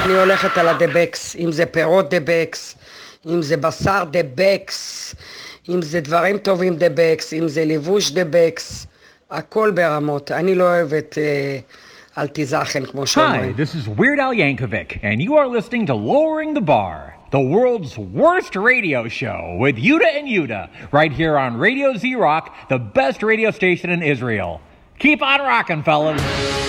אני הולכת על הדבקס, אם זה פירות דבקס, אם זה בשר דבקס, אם זה דברים טובים דבקס, אם זה לבוש דבקס, הכל ברמות. אני לא אוהבת אלטיזכן כמו שאומרים. Hi, this is Weird Al Yankovic, and you are listening to Lowering the Bar, the world's worst radio show with Yuda and Yuda, right here on Radio Z-Rock, the best radio station in Israel. Keep on rocking, fellas.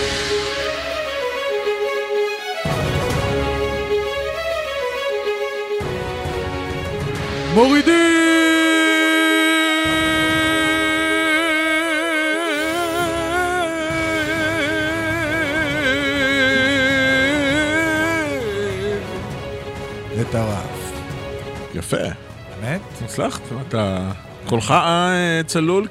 מורידים את הרף. יפה. באמת? הצלחת, אתה קולך צלול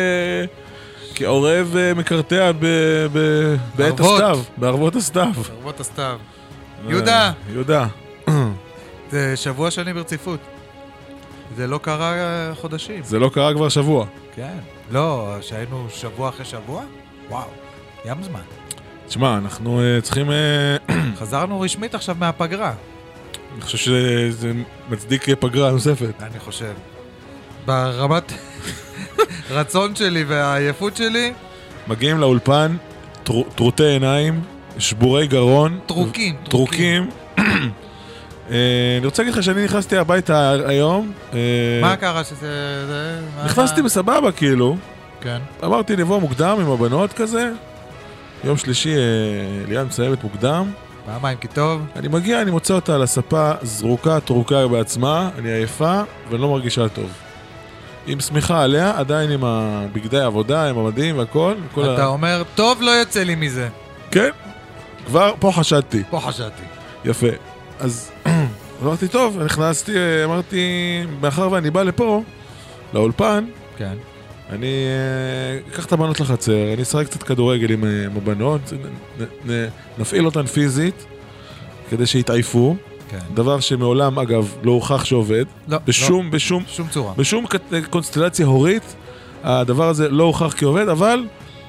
כעורב מקרטע בעת הסתיו, בערבות הסתיו. בערבות הסתיו. יהודה! יהודה. זה שבוע שני ברציפות. זה לא קרה חודשים. זה לא קרה כבר שבוע. כן. לא, שהיינו שבוע אחרי שבוע? וואו, ים זמן. תשמע, אנחנו צריכים... חזרנו רשמית עכשיו מהפגרה. אני חושב שזה מצדיק פגרה נוספת. אני חושב. ברמת רצון שלי והעייפות שלי... מגיעים לאולפן, טרוטי עיניים, שבורי גרון. טרוקים. אני רוצה להגיד לך שאני נכנסתי הביתה היום. מה קרה שזה... נכנסתי בסבבה כאילו. כן. אמרתי לבוא מוקדם עם הבנות כזה. יום שלישי ליאן מסיימת מוקדם. פעמיים כי טוב. אני מגיע, אני מוצא אותה על הספה זרוקה, טרוקה בעצמה, אני עייפה ולא מרגישה טוב. עם סמיכה עליה, עדיין עם הבגדי העבודה, עם המדים והכל. אתה אומר, טוב לא יוצא לי מזה. כן, כבר פה חשדתי. יפה. אז אמרתי, טוב, נכנסתי, אמרתי, מאחר ואני בא לפה, לאולפן, כן. אני אקח את הבנות לחצר, אני אשחק קצת כדורגל עם הבנות, נפעיל אותן פיזית, כדי שיתעייפו. כן. דבר שמעולם, אגב, לא הוכח שעובד. לא, בשום צורה. בשום קונסטלציה הורית, הדבר הזה לא הוכח כעובד, אבל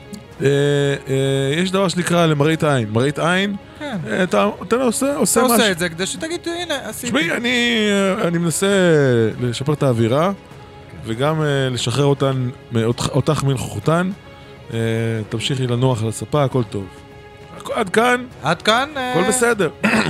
יש דבר שנקרא למראית עין. מראית עין, כן. אתה עושה משהו. אתה עושה את זה כדי שתגיד, הנה, עשיתי. שמי, אני מנסה לשפר את האווירה, וגם לשחרר אותך מנוכחותן. תמשיכי לנוח על הספה, הכל טוב. עד כאן, הכל בסדר.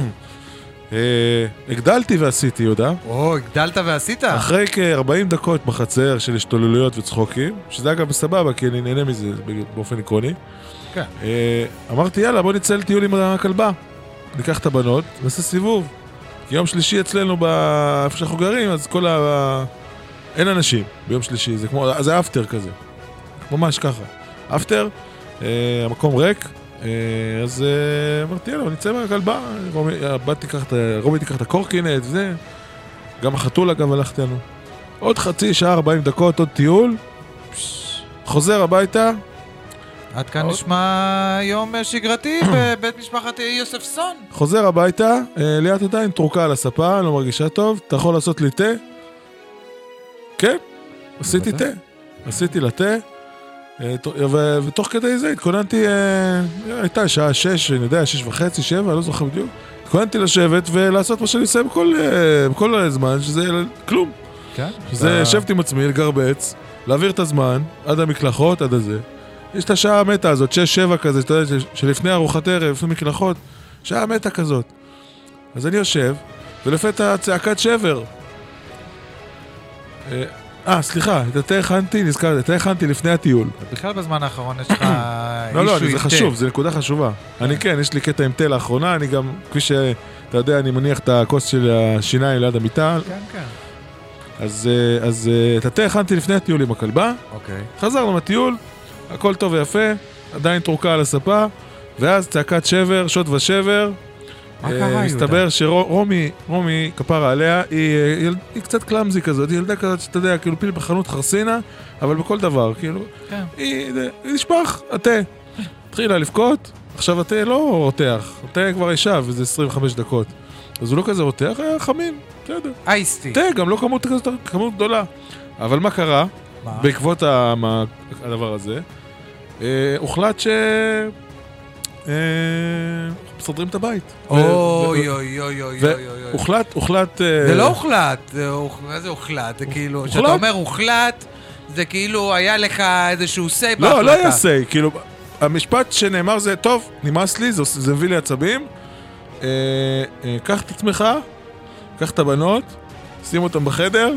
הגדלתי ועשיתי, יהודה. הגדלת ועשית? אחרי כ-40 דקות בחצר של השתוללויות וצחוקים, שזה אגב בסבבה, כי אני נהנה מזה באופן עקרוני. כן. אמרתי, יאללה, בוא נצא לטיול עם הכלבה. ניקח את הבנות, נעשה סיבוב. כי יום שלישי אצלנו, איפה שאנחנו גרים, אז אין אנשים ביום שלישי, זה כמו, זה אפטר כזה. ממש ככה. אפטר, המקום ריק, אז אמרתי, יאללה, נצא מהכלבה, רומי תיקח את הקורקינט, וזה. גם החתול אגב הלכתי לנו. עוד חצי שעה, 40 דקות, עוד טיול, חוזר הביתה. עד כאן נשמע יום שגרתי בבית משפחת יוספסון. חוזר הביתה, ליאת עדיין טרוקה על הספה, לא מרגישה טוב, אתה יכול לעשות לי תה? כן, עשיתי תה. עשיתי לה תה. ותוך כדי זה התכוננתי, הייתה שעה 6, אני יודע, 6:30, 7, לא זוכר בדיוק. התכוננתי לשבת ולעשות מה שאני עושה בכל הזמן, שזה כלום. כן? שזה שבתי עם עצמי, לגרבץ, להעביר את הזמן, עד המקלחות, עד הזה. יש את השעה המתה הזאת, 6-7 כזה, אתה יודע, שלפני ארוחת ערב, לפני מקלחות, שעה מתה כזאת. אז אני יושב, ולפתע צעקת שבר. סליחה, את התה הכנתי, נזכרתי, את התה הכנתי לפני הטיול. בכלל בזמן האחרון יש לך לא, זה חשוב, זה נקודה חשובה. אני כן, יש לי קטע עם תה לאחרונה, אני גם, כפי שאתה יודע, אני מניח את הכוס של השיניים ליד המיטה. כן, כן. אז את התה הכנתי לפני הטיול עם הכלבה. אוקיי. חזרנו מהטיול, הכל טוב ויפה, עדיין טרוקה על הספה, ואז צעקת שבר, שוט ושבר. מה קרה, יהודה? מסתבר שרומי, כפרה עליה, היא קצת קלאמזי כזאת, היא ילדה כזאת שאתה יודע, כאילו פיל בחנות חרסינה, אבל בכל דבר, כאילו, כן. היא נשפך, התה. התחילה לבכות, עכשיו התה לא רותח, התה כבר ישב, וזה 25 דקות. אז הוא לא כזה רותח, היה חמים, בסדר. אייסטי. תה, גם לא כמות גדולה. אבל מה קרה? בעקבות הדבר הזה, הוחלט מסדרים את הבית. אוי, אוי, אוי, אוי, אוי, אוי. והוחלט... זה לא הוחלט, מה זה הוחלט? זה כאילו, כשאתה אומר הוחלט, זה כאילו היה לך איזשהו סי בהחלטה. לא, לא היה סי, כאילו, המשפט שנאמר זה, טוב, נמאס לי, זה מביא לי עצבים, קח את עצמך, קח את הבנות, שים אותם בחדר,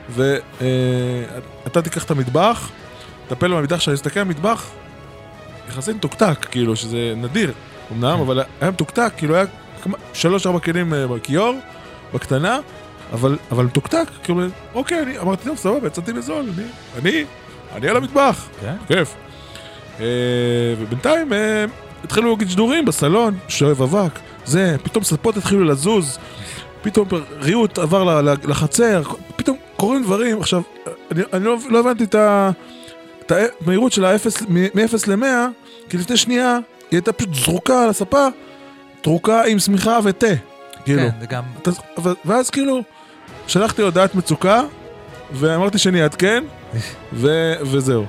ואתה תיקח את המטבח, טפל במטבח, שאני אסתכל על המטבח, יחסין תוקתק, כאילו, שזה נדיר, אמנם, אבל היה מתוקתק, כאילו היה 3-4 כלים בכיור, בקטנה, אבל תוקתק, כאילו, אוקיי, אני אמרתי, טוב, סבבה, יצאתי בזול, אני על המטבח, כיף. ובינתיים התחילו להגיד שדורים בסלון, שואב אבק, זה, פתאום ספות התחילו לזוז, פתאום ריאות עבר לחצר, פתאום קורים דברים. עכשיו, אני לא הבנתי את המהירות של מ-0 ל-100, כי לפני שנייה היא הייתה פשוט זרוקה על הספה, תרוקה עם סמיכה ותה. כן, זה גם... ואז כאילו, שלחתי הודעת מצוקה, ואמרתי שאני אעדכן, וזהו.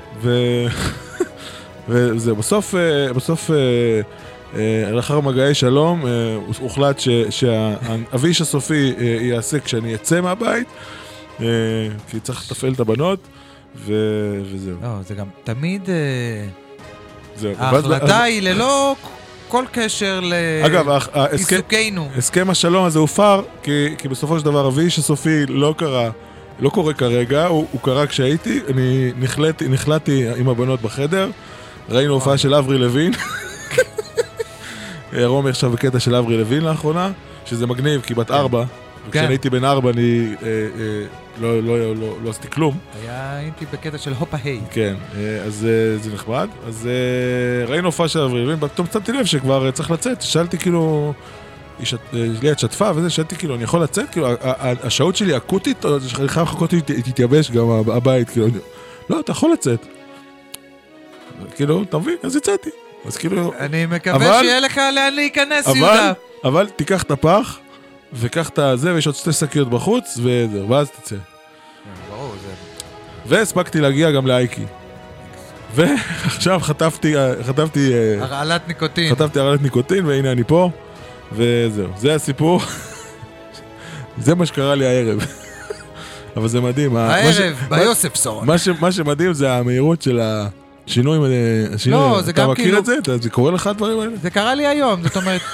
וזהו, בסוף לאחר מגעי שלום, הוחלט שהאביש הסופי יעשה כשאני אצא מהבית, כי צריך לתפעל את הבנות, וזהו. לא, זה גם תמיד... ההחלטה היא ללא כל קשר לעיסוקנו. הסכם השלום הזה הופר, כי בסופו של דבר אביש הסופי לא קורה כרגע, הוא קרה כשהייתי, אני נחלטתי עם הבנות בחדר, ראינו הופעה של אברי לוין, רומי עכשיו בקטע של אברי לוין לאחרונה, שזה מגניב, כי בת 4, וכשאני הייתי בן 4 אני לא עשיתי כלום. הייתי בקטע של הופה היי. כן, אז זה נחמד. אז ראינו הופעה של אברי לוין, פתאום שמתי לב שכבר צריך לצאת, שאלתי כאילו, ליד שטפה וזה, שאלתי כאילו, אני יכול לצאת? כאילו, השעות שלי אקוטית, או שאני חייב לחכות תתייבש גם הבית, כאילו, לא, אתה יכול לצאת. כאילו, אתה מבין? אז יצאתי. אז כאילו... אני מקווה שיהיה לך לאן להיכנס, יהודה. אבל תיקח את הפח, וקח את זה, ויש עוד 2 שקיות בחוץ, ואז תצא. ברור, זה... והספקתי להגיע גם לאייקי. ועכשיו חטפתי... הרעלת ניקוטין. חטפתי הרעלת ניקוטין, והנה אני פה, וזהו. זה הסיפור. זה מה שקרה לי הערב. אבל זה מדהים. הערב, ביוספסון. מה שמדהים זה המהירות של השינוי. לא, זה גם כאילו... אתה מכיר את זה? זה קורה לך הדברים האלה? זה קרה לי היום, זאת אומרת,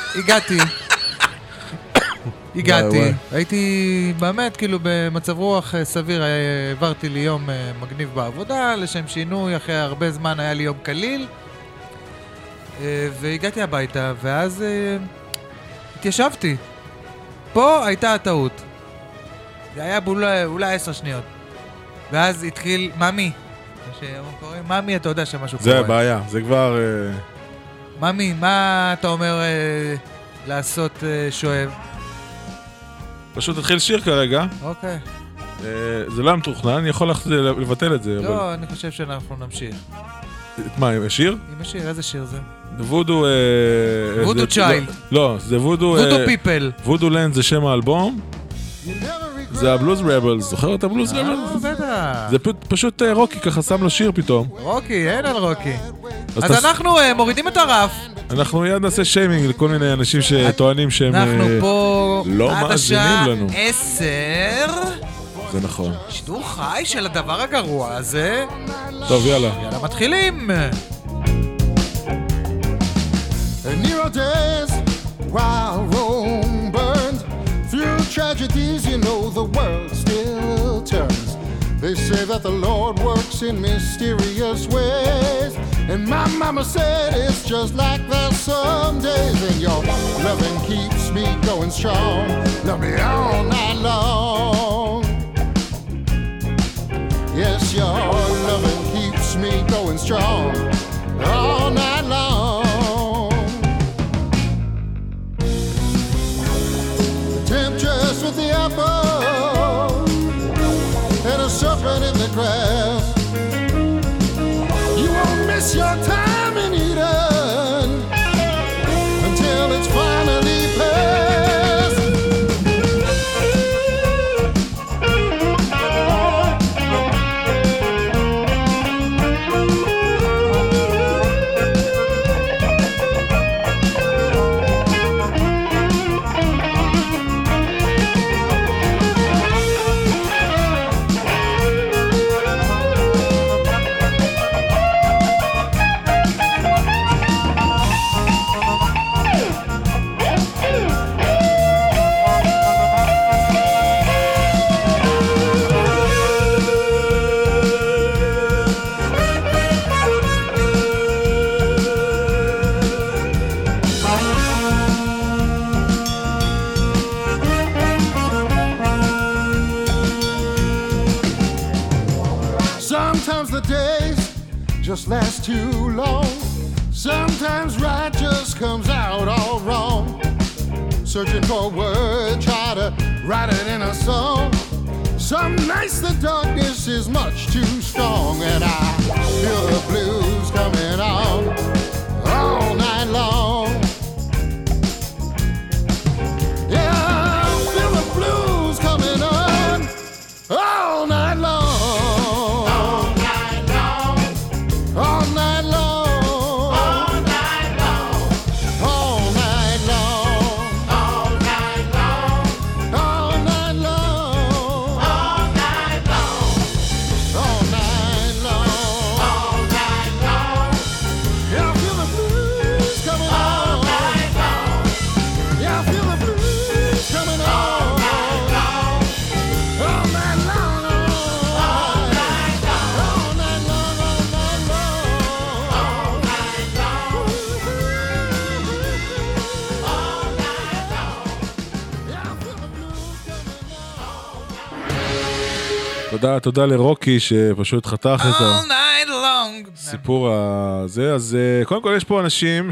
הגעתי, הייתי באמת כאילו במצב רוח סביר, העברתי לי יום מגניב בעבודה, לשם שינוי, אחרי הרבה זמן היה לי יום קליל, והגעתי הביתה, ואז התיישבתי. פה הייתה הטעות. זה היה אולי 10 שניות. ואז התחיל, ממי, ממי, אתה יודע שמשהו קורה. זה הבעיה, זה כבר... ממי, מה אתה אומר לעשות שואב? פשוט תתחיל שיר כרגע. אוקיי. זה לא מתוכנן, אני יכול לבטל את זה. לא, אני חושב שאנחנו נמשיך. מה, עם השיר? עם השיר, איזה שיר זה? וודו... וודו צ'יילד. לא, זה וודו... וודו פיפל. וודו לנד זה שם האלבום. זה הבלוז רבלס, זוכר את הבלוז רבלס? בטח. זה פשוט רוקי ככה שם לו שיר פתאום. רוקי, אין על רוקי. אז אנחנו מורידים את הרף. אנחנו מיד נעשה שיימינג לכל מיני אנשים שטוענים שהם אנחנו פה לא מאזינים לנו. עד השעה 10. זה נכון. שידור חי של הדבר הגרוע הזה. טוב, יאללה. יאללה, מתחילים. Nero days while Rome burns, through tragedies you know the world still turns. They say that the Lord works in mysterious ways, and my mama said it's just like that some days. And your loving keeps me going strong, love me all night long. Yes, your loving keeps me going strong all night long. Temptress with the apple and a serpent in the grass. You won't miss your time in Eden until it's finally past. just last too long. Sometimes right just comes out all wrong. Searching for words, try to write it in a song. Some nights the darkness is much too strong, and I feel the blues coming on all night long. Yeah, I feel the blues coming on all night long. All night long. All night long. All night long. All night long. All night long. All night long. All night long. All night long. All night long. Yeah, I feel the blues coming on. All night long. Yeah, I feel the blues coming on. All night long. All night long. All night long. All night long. All night long. All night long. All night long. Yeah, I feel the blues coming on. תודה לרוקי שפשוט חתך את All night long. הסיפור הזה. אז קודם כל יש פה אנשים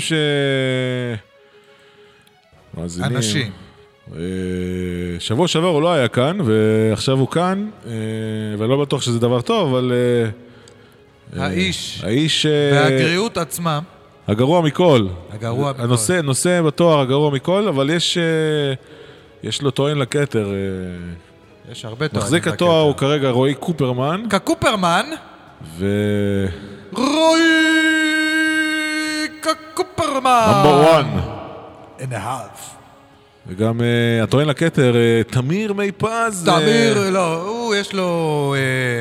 מאזינים. אנשים. שבוע שעבר הוא לא היה כאן, ועכשיו הוא כאן, ואני לא בטוח שזה דבר טוב, אבל... האיש... והגריעות עצמה. הגרוע מכל. הגרוע מכל. הנושא בתואר הגרוע מכל, אבל יש לו טוען לכתר. יש הרבה טוענים. מחזיק התואר הוא כרגע רועי קופרמן. קופרמן. רועי קופרמן. Number 1. And a half. וגם הטוען לכתר, תמיר מי פז. תמיר, לא, הוא יש לו...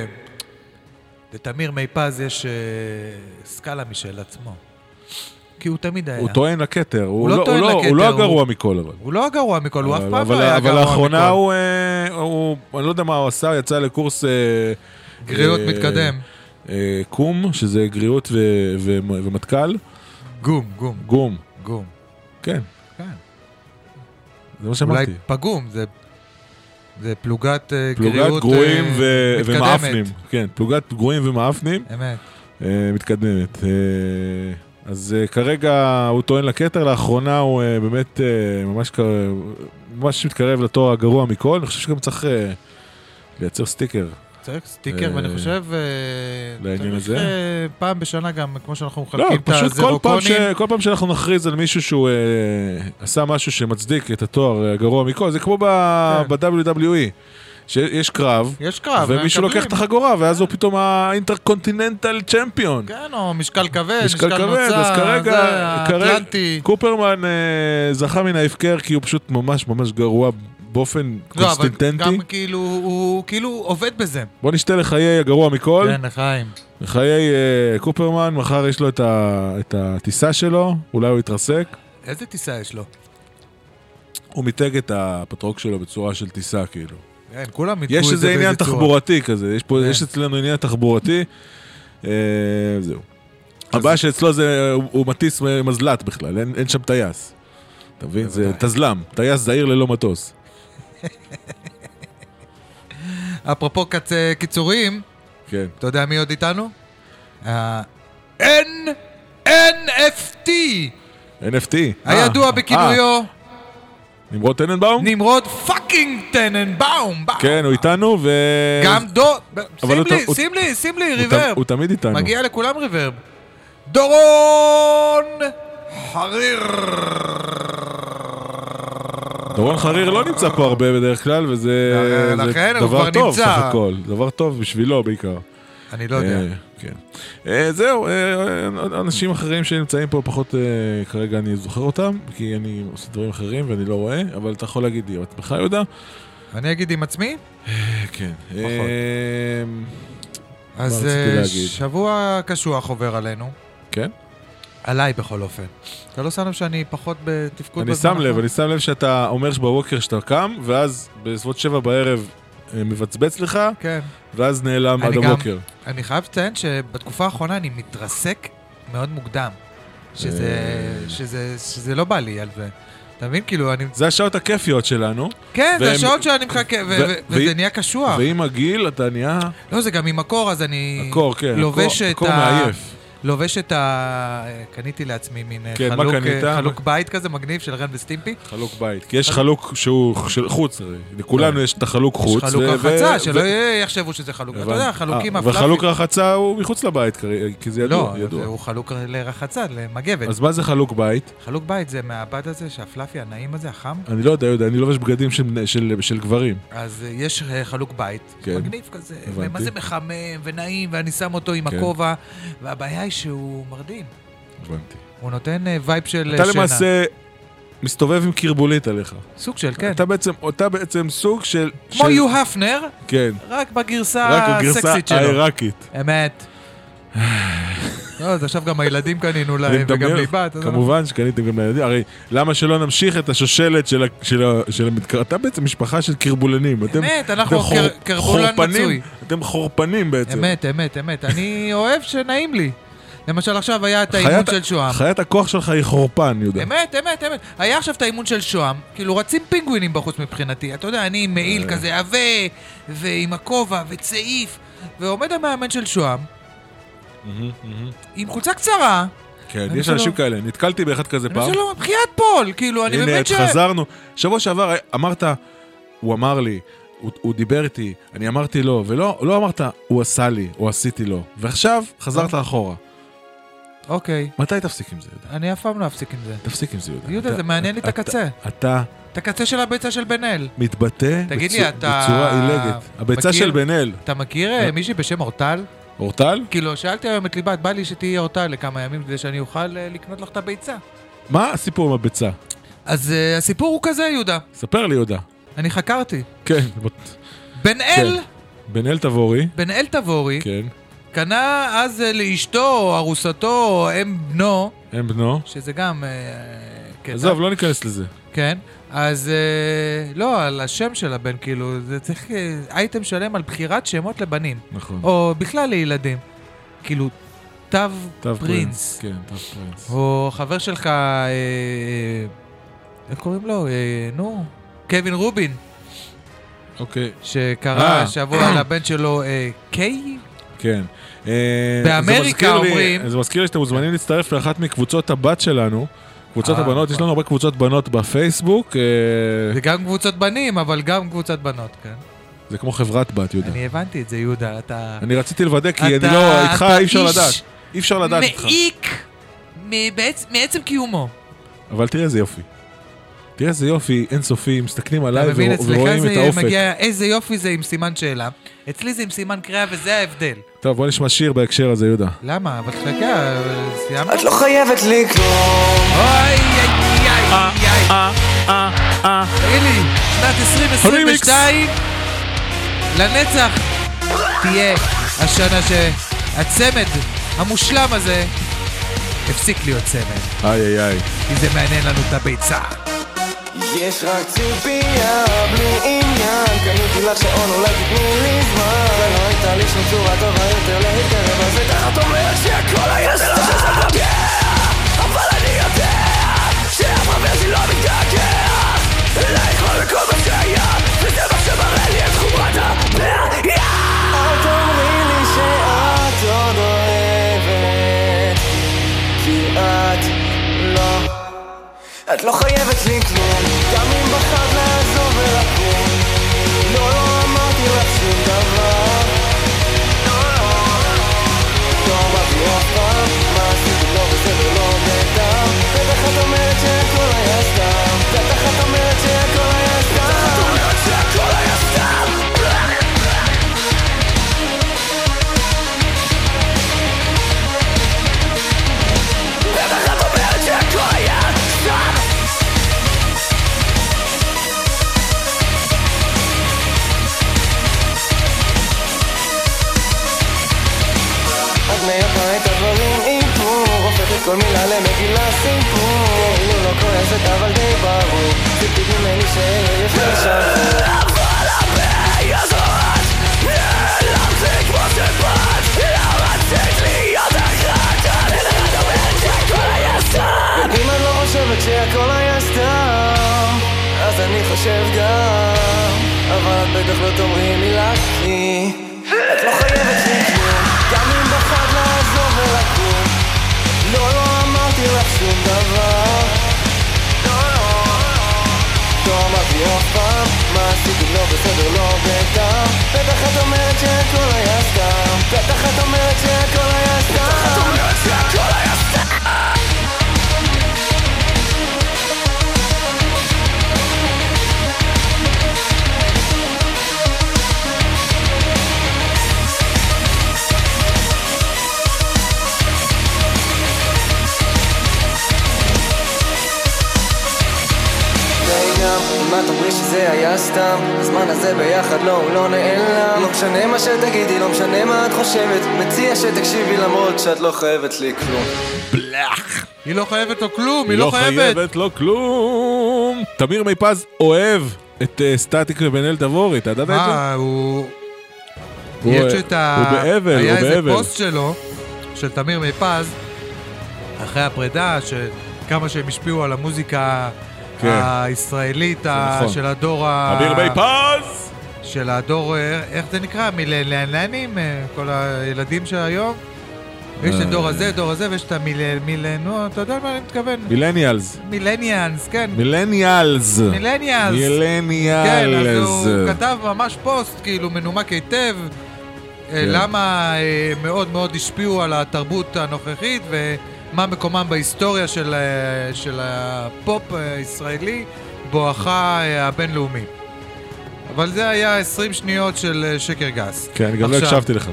לתמיר מי פז יש סקאלה משל עצמו. כי הוא תמיד היה. הוא טוען לכתר. הוא לא טוען לכתר. הוא לא הגרוע מכל, אבל. הוא לא הגרוע מכל, הוא אף פעם לא היה הגרוע מכל. אבל לאחרונה הוא... אני לא יודע מה הוא עשה, יצא לקורס... גריעות מתקדם. קום, שזה גריעות ומטכ"ל. גום. כן. זה מה שמעתי. אולי פגום, זה פלוגת גריעות גרועים מתקדמת. ומאפנים. כן, פלוגת גרועים ומאפנים. אמת. מתקדמת. אז כרגע הוא טוען לכתר, לאחרונה הוא באמת ממש מתקרב לתואר הגרוע מכל. אני חושב שגם צריך לייצר סטיקר. צריך סטיקר, ואני חושב לעניין הזה. צריך פעם בשנה גם, כמו שאנחנו מחלקים את הזרוקונים. כל פעם שאנחנו נכריז על מישהו שהוא עשה משהו שמצדיק את התואר הגרוע מכל, זה כמו ב-WWE. שיש קרב, ומישהו לוקח את החגורה, ואז הוא פתאום האינטרקונטיננטל צ'מפיון. כן, או משקל כבד, משקל כבד, אז כרגע קופרמן זכה מן ההפקר, כי הוא פשוט ממש ממש גרוע באופן קונסטנטנטי. גם כאילו, הוא כאילו עובד בזה. בוא נשתה לחיי הגרוע מכל. כן, לחיים. לחיי קופרמן, מחר יש לו את הטיסה שלו, אולי הוא יתרסק. איזה טיסה יש לו? הוא מיתג את הפטרוק שלו בצורה של טיסה, כאילו. כן, כולם מיתגו את זה יש איזה עניין תחבורתי כזה, יש אצלנו עניין תחבורתי, זהו. הבעיה שאצלו זה, הוא מטיס מזל"ט בכלל, אין שם טייס. אתה מבין? זה תזלם, טייס זעיר ללא מטוס. אפרופו קיצוריים, כן. אתה יודע מי עוד איתנו? NFT. הידוע בכינויו נמרוד טננבאום? נמרוד פאקינג טננבאום. כן, הוא איתנו ו... גם שים לי ריברב. הוא תמיד איתנו. מגיע לכולם ריברב. דורון חריר. דורון חריר לא נמצא פה הרבה בדרך כלל, וזה דבר טוב סך הכל. דבר טוב בשבילו בעיקר. אני לא יודע. כן. זהו, אנשים אחרים שנמצאים פה פחות, כרגע אני זוכר אותם, כי אני עושה דברים אחרים ואני לא רואה, אבל אתה יכול להגיד לי, את ממך יהודה? אני אגיד עם עצמי? כן. אז שבוע קשוח עובר עלינו. כן? עליי בכל אופן. אתה לא שם לב שאני פחות בתפקוד בזמן? אני שם לב שאתה אומר שבבוקר שאתה קם, ואז בסביבות 7 בערב מבצבץ לך, כן. ואז נעלם עד הבוקר. אני חייב לציין שבתקופה האחרונה אני מתרסק מאוד מוקדם. שזה לא בא לי על זה. אתה מבין? כאילו אני... זה השעות הכיפיות שלנו. כן, זה השעות שאני מחכה, וזה נהיה קשוח. ועם הגיל אתה נהיה... לא, זה גם עם הקור, אז אני... הקור, כן. לובש את הקור מעייף. לובש את קניתי לעצמי מין כן, חלוק בית כזה מגניב של רן וסטימפי. חלוק בית, כי יש חלוק שהוא של חוץ, לכולנו יש את החלוק חוץ. יש חלוק רחצה, שלא יחשבו שזה חלוק. אתה יודע, חלוקים הפלאפים. וחלוק רחצה הוא מחוץ לבית, כי זה ידוע. לא, הוא חלוק לרחצה, למגבת. אז מה זה חלוק בית? חלוק בית זה מהבד הזה, שהפלאפי, הנעים הזה, החם. אני לא יודע, אני לובש בגדים של גברים. אז יש חלוק בית, מגניב כזה, ומה זה מחמם ונעים, ואני שם אותו עם הכובע, והבעיה היא שהוא מרדים. הבנתי. הוא נותן וייב של שינה. אתה למעשה מסתובב עם קרבולית עליך. סוג של, כן. אתה בעצם סוג של... כמו יו הפנר, כן. רק בגרסה הסקסית שלו. העיראקית. אמת. לא, אז עכשיו גם הילדים קנינו להם, וגם ליבת. כמובן שקניתם גם לילדים. הרי למה שלא נמשיך את השושלת של המתקרב? אתה בעצם משפחה של קרבולנים. אמת, אנחנו קרבולן מצוי. אתם חורפנים בעצם. אמת. אני אוהב שנעים לי. למשל עכשיו היה את האימון של שוהם. חיית הכוח שלך היא חורפן, יהודה. אמת. היה עכשיו את האימון של שוהם, כאילו רצים פינגווינים בחוץ מבחינתי. אתה יודע, אני עם מעיל כזה עבה, ועם הכובע, וצעיף, ועומד המאמן של שוהם, עם חולצה קצרה. כן, יש אנשים כאלה. נתקלתי באחד כזה פעם. אני שלא, בחיית פול, כאילו, אני מבין הנה, חזרנו. שבוע שעבר אמרת, הוא אמר לי, הוא דיבר איתי, אני אמרתי לו, ולא אמרת, הוא עשה לי, או עשיתי לו. ועכשיו חזרת אחורה. אוקיי. מתי תפסיק עם זה, יהודה? אני אף פעם לא אפסיק עם זה. תפסיק עם זה, יהודה. יהודה, זה מעניין לי את הקצה. את הקצה של הביצה של בן אל. מתבטא בצורה עילגת. הביצה של בן אל. אתה מכיר מישהי בשם אורטל? אורטל? כאילו, שאלתי היום את ליבת, בא לי שתהיה אורטל לכמה ימים כדי שאני אוכל לקנות לך את הביצה. מה הסיפור עם הביצה? אז הסיפור הוא כזה, יהודה. ספר לי, יהודה. אני חקרתי. כן. בן אל. בן אל תבורי. בן אל תבורי. כן. קנה אז לאשתו, או ארוסתו, או אם בנו. אם בנו. שזה גם... עזוב, לא ניכנס לזה. כן. אז לא, על השם של הבן, כאילו, זה צריך אייטם שלם על בחירת שמות לבנים. נכון. או בכלל לילדים. כאילו, תו פרינס. כן, תו פרינס. או חבר שלך, איך קוראים לו? נו, קווין רובין. אוקיי. שקרא שבוע לבן שלו קיי? כן. באמריקה אומרים... זה מזכיר לי שאתם מוזמנים להצטרף לאחת מקבוצות הבת שלנו. קבוצות הבנות, יש לנו הרבה קבוצות בנות בפייסבוק. זה גם קבוצות בנים, אבל גם קבוצות בנות, כן. זה כמו חברת בת, יהודה. אני הבנתי את זה, יהודה, אתה... אני רציתי לוודא, כי אני לא, איתך אי אפשר לדעת. אי אפשר לדעת איתך. מעיק מעצם קיומו. אבל תראה איזה יופי. תראה איזה יופי, אינסופי, מסתכלים עליי ורואים את האופק. אתה מבין, אצלך מגיע, איזה יופי זה עם סימן שאלה. אצלי זה עם סימן קריאה, וזה ההבדל. טוב, בוא נשמע שיר בהקשר הזה, יהודה. למה? אבל חכה, סיימת? את לא חייבת לי כלום. אוי, תראי לי, שנת 2022, לנצח תהיה השנה שהצמד המושלם הזה הפסיק להיות צמד. כי זה מעניין לנו את הביצה. יש רק ציפייה בלי עניין, קניתי לך שעון, אולי תתני לי זמן, ולא הייתה לי שום צורה טובה יותר להתקרב, אז את אומרת שהכל היה סתם, זה לא שזה פוגע, אבל אני יודע שהחבר שלי לא מתגעגע אלייך לא לכל מה שהיה, וזה מה שמראה לי את חומרת הבעיה. אל תאמרי לי שאת עוד אוהבת, כי את לא, את לא חייבת לי כלום, גם אם בחרת לעזוב ולקום. לא, לא אמרתי לך שום דבר, לא אמרתי אף פעם מה עשיתי לא בסדר, לא בטח. בטח את אומרת שהכל היה סתם, בטח את אומרת שהכל היה סתם, בטח את אומרת שהכל היה סתם. בטח את אומרת שהכל היה סתם. את מייפה את הדברים איפור, הופכת כל מילה למגילה סיפור, כאילו לא כועסת אבל די ברור, ציפית ממני שיהיה יפה שבור. אבל הבעיה הזאת נעלמתי כמו שבאת, לא רצית להיות אחת, את אומרת שהכל היה סתם. ואם את לא חושבת שהכל היה סתם, אז אני חושב גם, אבל את בטח לא תאמרי מילה כי את לא חייבת לי כלום, גם אם בחרת לעזוב ולקום. לי אף פעם מה עשיתי לא בסדר, לא בטעם. בטח את אומרת שהכל היה סתם, בטח את אומרת שהכל היה סתם, בטח את אומרת שהכל היה סתם. אם את אומרי שזה היה סתם, הזמן הזה ביחד לא, הוא לא נעלם. לא משנה מה שתגידי, לא משנה מה את חושבת, מציע שתקשיבי למרות שאת לא חייבת לי כלום. בלח. היא לא חייבת לו כלום, היא לא חייבת לו כלום. תמיר מיפז אוהב את סטטיק ובן אל דבורי, אתה יודעת את זה? יש את הוא באבל, היה איזה פוסט שלו, של תמיר מיפז, אחרי הפרידה, שכמה שהם השפיעו על המוזיקה הישראלית של הדור תמיר מיפז! של הדור, איך זה נקרא? מילניאנים? כל הילדים של היום? יש את הדור הזה, דור הזה, ויש את המילנו, אתה יודע מה אני מתכוון? מילניאלס, כן. מילניאלס. כן, אז הוא כתב ממש פוסט, כאילו מנומק היטב, למה מאוד מאוד השפיעו על התרבות הנוכחית, ומה מקומם בהיסטוריה של הפופ הישראלי, בואכה הבינלאומי. אבל זה היה 20 שניות של שקר גס. כן, גם לא הקשבתי לך.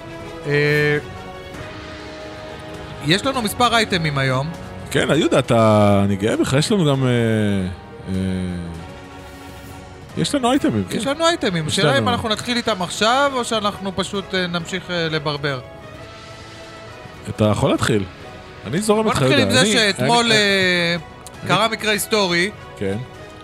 יש לנו מספר אייטמים היום. כן, יהודה, אני גאה בך, יש לנו גם... יש לנו אייטמים. יש לנו אייטמים. שאלה אם אנחנו נתחיל איתם עכשיו, או שאנחנו פשוט נמשיך לברבר. אתה יכול להתחיל. אני זורם איתך, יהודה. בוא נתחיל עם זה שאתמול קרה מקרה היסטורי. כן.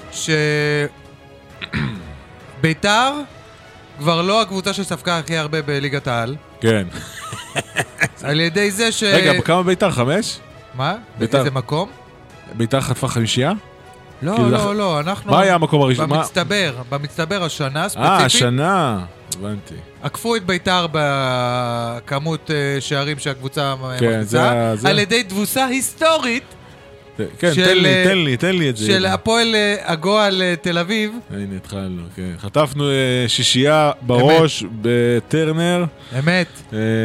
ביתר כבר לא הקבוצה שספגה הכי הרבה בליגת העל. כן. על ידי זה רגע, כמה ביתר? 5? מה? באיזה מקום? ביתר חטפה 5? לא, אנחנו... מה היה המקום הראשון? במצטבר השנה ספציפית. השנה, הבנתי. עקפו את ביתר בכמות שערים שהקבוצה מחצה, על ידי תבוסה היסטורית. כן, תן לי את זה. של הפועל הגועל תל אביב. הנה, התחלנו, כן. חטפנו שישייה בראש בטרנר. אמת.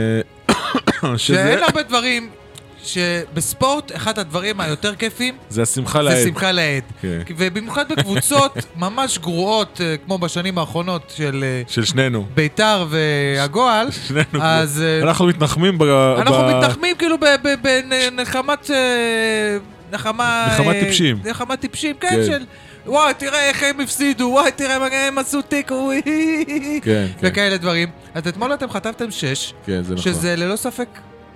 שאין הרבה דברים שבספורט, אחד הדברים היותר כיפים זה השמחה לעד. זה שמחה לעד. ובמיוחד בקבוצות ממש גרועות, כמו בשנים האחרונות של שנינו. ביתר והגועל. שנינו. אז... אנחנו מתנחמים אנחנו מתנחמים כאילו בנחמת... נחמה טיפשים. נחמה טיפשים, כן, של... וואי, תראה איך הם הפסידו, וואי, תראה מה הם עשו תיקו, כן. וכאלה דברים. אז אתמול אתם חטפתם 6, כן, זה נכון. שזה ללא ספק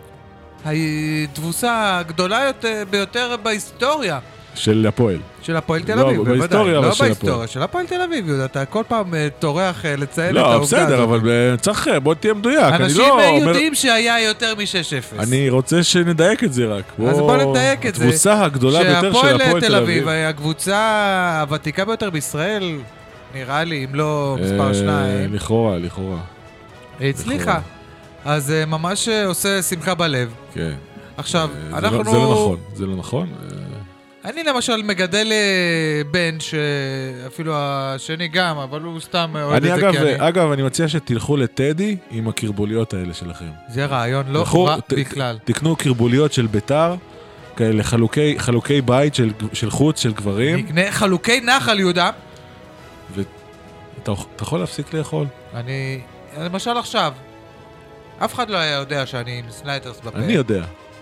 התבוסה הגדולה ביותר בהיסטוריה. של הפועל. של הפועל תל אביב, בוודאי. בהיסטוריה, לא בהיסטוריה, של הפועל תל אביב, אתה כל פעם טורח לציין את העובדה הזאת. לא, בסדר, אבל צריך, בוא תהיה מדויק. אנשים יודעים שהיה יותר מ-6-0. אני רוצה שנדייק את זה רק. אז בוא נדייק את זה. התבוסה הגדולה ביותר של הפועל תל אביב. הקבוצה הוותיקה ביותר בישראל, נראה לי, אם לא מספר 2. לכאורה. הצליחה. אז ממש עושה שמחה בלב. כן. עכשיו, אנחנו... זה לא נכון. אני למשל מגדל בן, שאפילו השני גם, אבל הוא סתם אוהב את זה כי אני... אגב, אני מציע שתלכו לטדי עם הקרבוליות האלה שלכם. זה רעיון לא רע בכלל. תקנו קרבוליות של ביתר, כאלה חלוקי בית של חוץ, של גברים. נקנה חלוקי נחל, יהודה. אתה יכול להפסיק לאכול? אני... למשל עכשיו, אף אחד לא היה יודע שאני עם סנייטרס בפה. אני יודע.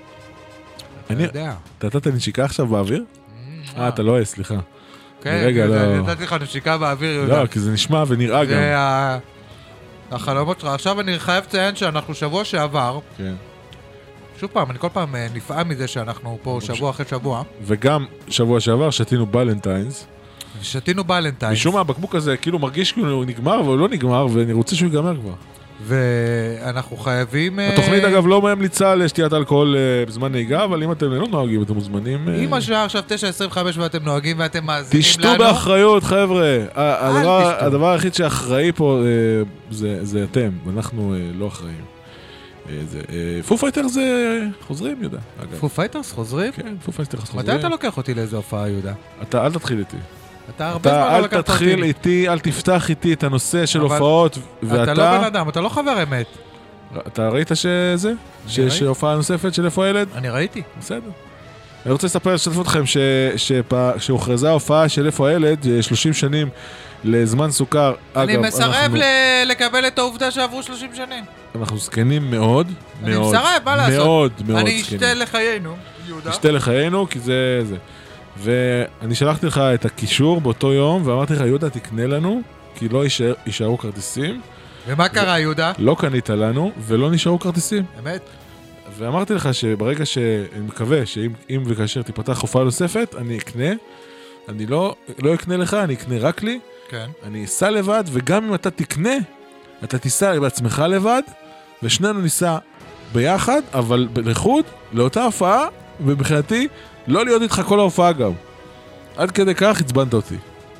אתה נתת נשיקה עכשיו באוויר? אתה לא אוהב, סליחה. כן, נתתי לך נשיקה באוויר, יהודה. לא, כי זה נשמע ונראה גם. זה החלומות שלך. עכשיו אני חייב לציין שאנחנו שבוע שעבר, שוב פעם, אני כל פעם נפעם מזה שאנחנו פה שבוע אחרי שבוע. וגם שבוע שעבר שתינו בלנטיינס. משום מה, הבקבוק הזה כאילו מרגיש כאילו הוא נגמר, אבל הוא לא נגמר, ואני רוצה שהוא ייגמר כבר. ואנחנו חייבים... התוכנית אגב לא ממליצה על שתיית אלכוהול בזמן נהיגה, אבל אם אתם לא נוהגים, אתם מוזמנים... אם השעה עכשיו 9:25 ואתם נוהגים ואתם מאזינים לנו... תשתו באחריות, חבר'ה. הדבר היחיד שאחראי פה זה אתם, ואנחנו לא אחראים. פו פייטרס חוזרים, יהודה. פו פייטרס חוזרים? כן, פו פייטרס חוזרים. מתי אתה לוקח אותי לאיזו הופעה, יהודה? אתה אל תתחיל איתי. אתה הרבה זמן לא אל לקחת תתחיל אותי. איתי, אל תפתח איתי את הנושא של אבל הופעות, אתה לא ואתה... בן אדם, אתה לא חבר אמת. אתה ראית שזה? שיש הופעה נוספת של איפה הילד? אני ראיתי. בסדר. אני רוצה לשתף אתכם שהוכרזה ההופעה של איפה הילד 30 שנים לזמן סוכר. אני מסרב לקבל את העובדה שעברו 30 שנים. אנחנו זקנים מאוד, אני מסרב, מה לעשות? מאוד מאוד אני זקנים. אשתה לחיינו, יהודה. אשתה לחיינו, כי זה. ואני שלחתי לך את הקישור באותו יום, ואמרתי לך, יהודה, תקנה לנו, כי לא יישארו כרטיסים. ומה קרה, יהודה? לא קנית לנו, ולא נשארו כרטיסים. אמת? ואמרתי לך שברגע אני מקווה שאם וכאשר תיפתח הופעה נוספת, אני אקנה. אני לא אקנה לך, אני אקנה רק לי. כן. אני אסע לבד, וגם אם אתה תקנה, אתה תיסע בעצמך לבד, ושנינו ניסע ביחד, אבל לחוד, לאותה הופעה, ובחינתי, לא להיות איתך כל ההופעה גם. עד כדי כך הצבנת אותי.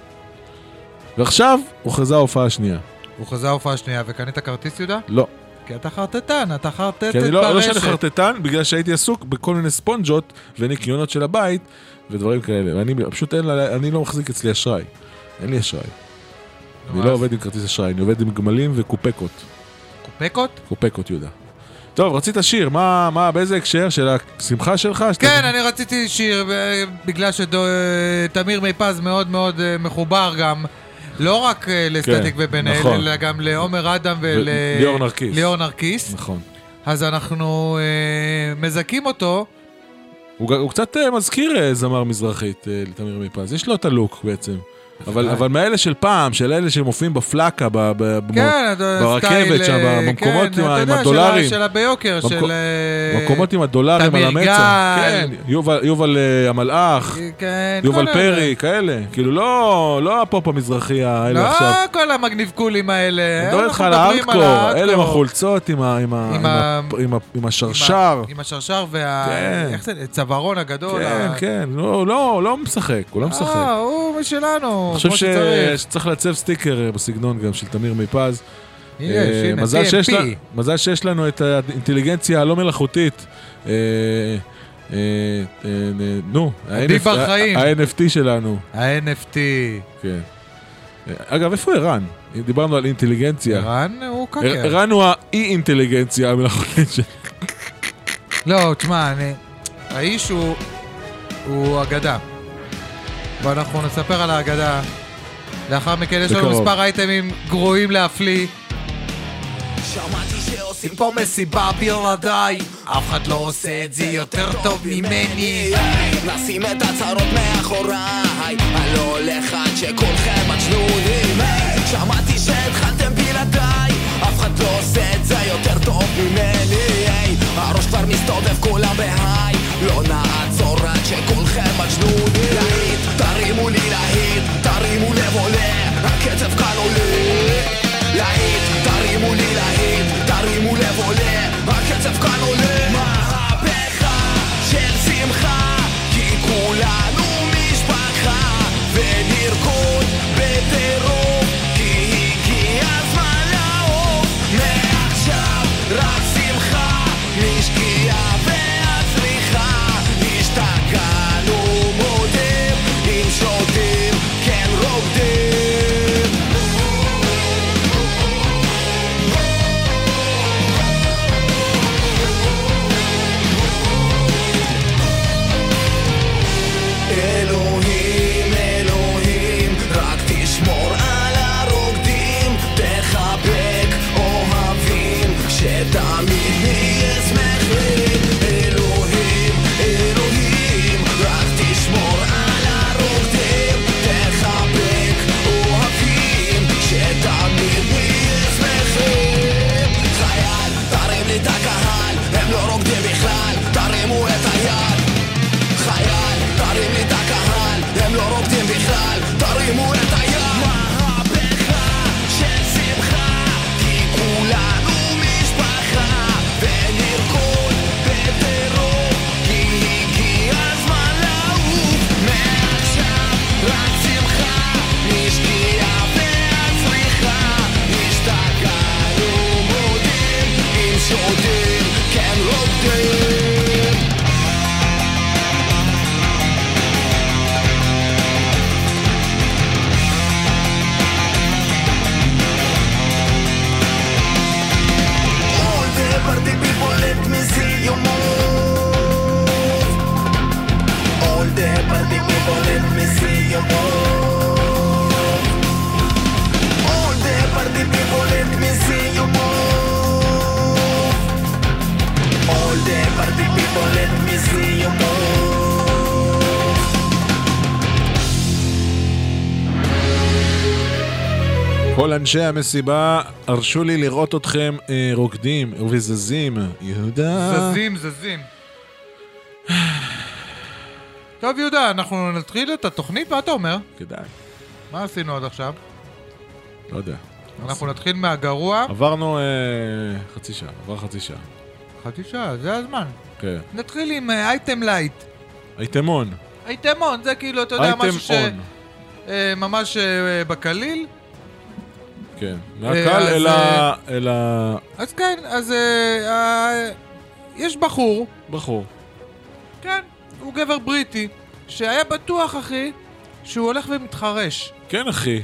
ועכשיו, הוכרזה ההופעה השנייה. הוכרזה ההופעה השנייה, וקנית כרטיס, יהודה? לא. כי אתה חרטטן, אתה חרטטת ברשת. כי אני לא שאני חרטטן, בגלל שהייתי עסוק בכל מיני ספונג'ות וניקיונות של הבית, ודברים כאלה. ואני פשוט אני לא מחזיק אצלי אשראי. אין לי אשראי. אני לא עובד עם כרטיס אשראי, אני עובד עם גמלים וקופקות. קופקות? קופקות, יהודה. טוב, רצית שיר, באיזה הקשר של השמחה שלך? כן, אני רציתי שיר, בגלל שתמיר מיפז מאוד מאוד מחובר גם, לא רק לסטטיק ובן אל, אלא גם לעומר אדם וליאור נרקיס. נכון. אז אנחנו מזכים אותו. הוא קצת מזכיר זמר מזרחית לתמיר מיפז, יש לו את הלוק בעצם. אבל מאלה של פעם, של אלה שמופיעים בפלקה, ברכבת שם, במקומות עם הדולרים. של הביוקר, של... במקומות עם הדולרים על המצע. כן, יובל המלאך, יובל פרי, כאלה. כאילו לא הפופ המזרחי האלה עכשיו. לא כל המגניב קולים האלה. אני מדבר איתך על הארדקור, אלה עם החולצות, עם השרשר. עם השרשר והצווארון הגדול. כן, כן, לא משחק, הוא לא משחק. הוא משלנו. אני חושב שצריך לעצב סטיקר בסגנון גם של תמיר מיפז. מזל שיש לנו את האינטליגנציה הלא מלאכותית. נו, ה-NFT שלנו. ה-NFT. כן. אגב, איפה ערן? דיברנו על אינטליגנציה. ערן הוא קקר. ערן הוא האי-אינטליגנציה המלאכותית שלנו. לא, תשמע, האיש הוא אגדה. ואנחנו נספר על האגדה. לאחר מכן יש לנו מספר אייטמים גרועים להפליא. שמעתי שעושים פה מסיבה בלעדיי, אף אחד לא עושה את זה יותר טוב ממני. נשים את הצרות מאחוריי, אני לא הולך עד שכולכם מג'נונים. שמעתי שהתחלתם בלעדיי, אף אחד לא עושה את זה יותר טוב ממני. הראש כבר מסתובב כולם בהיי, לא נעצור עד שכולכם מג'נונים. להיט, תרימו לי להיט, תרימו לב עולה, הקצב כאן עולה. להיט, תרימו לי להיט, תרימו לב עולה, הקצב כאן עולה. מהפכה של שמחה, כי כולנו משפחה, ונרקוד בטירוף, כי הגיע הזמן לעוף. מעכשיו רק שמחה, משקיעה והצליחה, השתגענו מודים, אם שותים כן רוקדים. אלוהים, אלוהים, רק תשמור על הרוקדים, תחבק אוהבים, שתמיד נהיה שמחים. אלוהים, אלוהים, רק תשמור על הרוקדים, תחבק אוהבים, שתמיד נהיה שמחים. חייל, תרים לי את הקהל, הם לא רוקדים בכלל, תרימו את היד. חייל, תרים לי את הקהל, הם לא רוקדים בכלל, תרימו את היד. מהפכה של שמחה, כי כולנו משפחה, ונרקוד בטירוף, כי הגיע הזמן לעוף. מעכשיו רק שמחה, משקיעה והצליחה, השתגענו מודים, אם שותים כן רוקדים. כל אנשי המסיבה, הרשו לי לראות אתכם רוקדים וזזים. יהודה. זזים. טוב יהודה, אנחנו נתחיל את התוכנית, מה אתה אומר? כדאי. מה עשינו עד עכשיו? לא יודע. אנחנו נתחיל מהגרוע. עברנו חצי שעה, חצי שעה, זה הזמן. כן. נתחיל עם אייטם לייט. אייטמון. אייטמון, זה כאילו, אתה יודע, משהו ממש בקליל. כן. מהקל אל אז כן, אז יש בחור. כן, הוא גבר בריטי, שהיה בטוח, אחי, שהוא הולך ומתחרש. כן, אחי.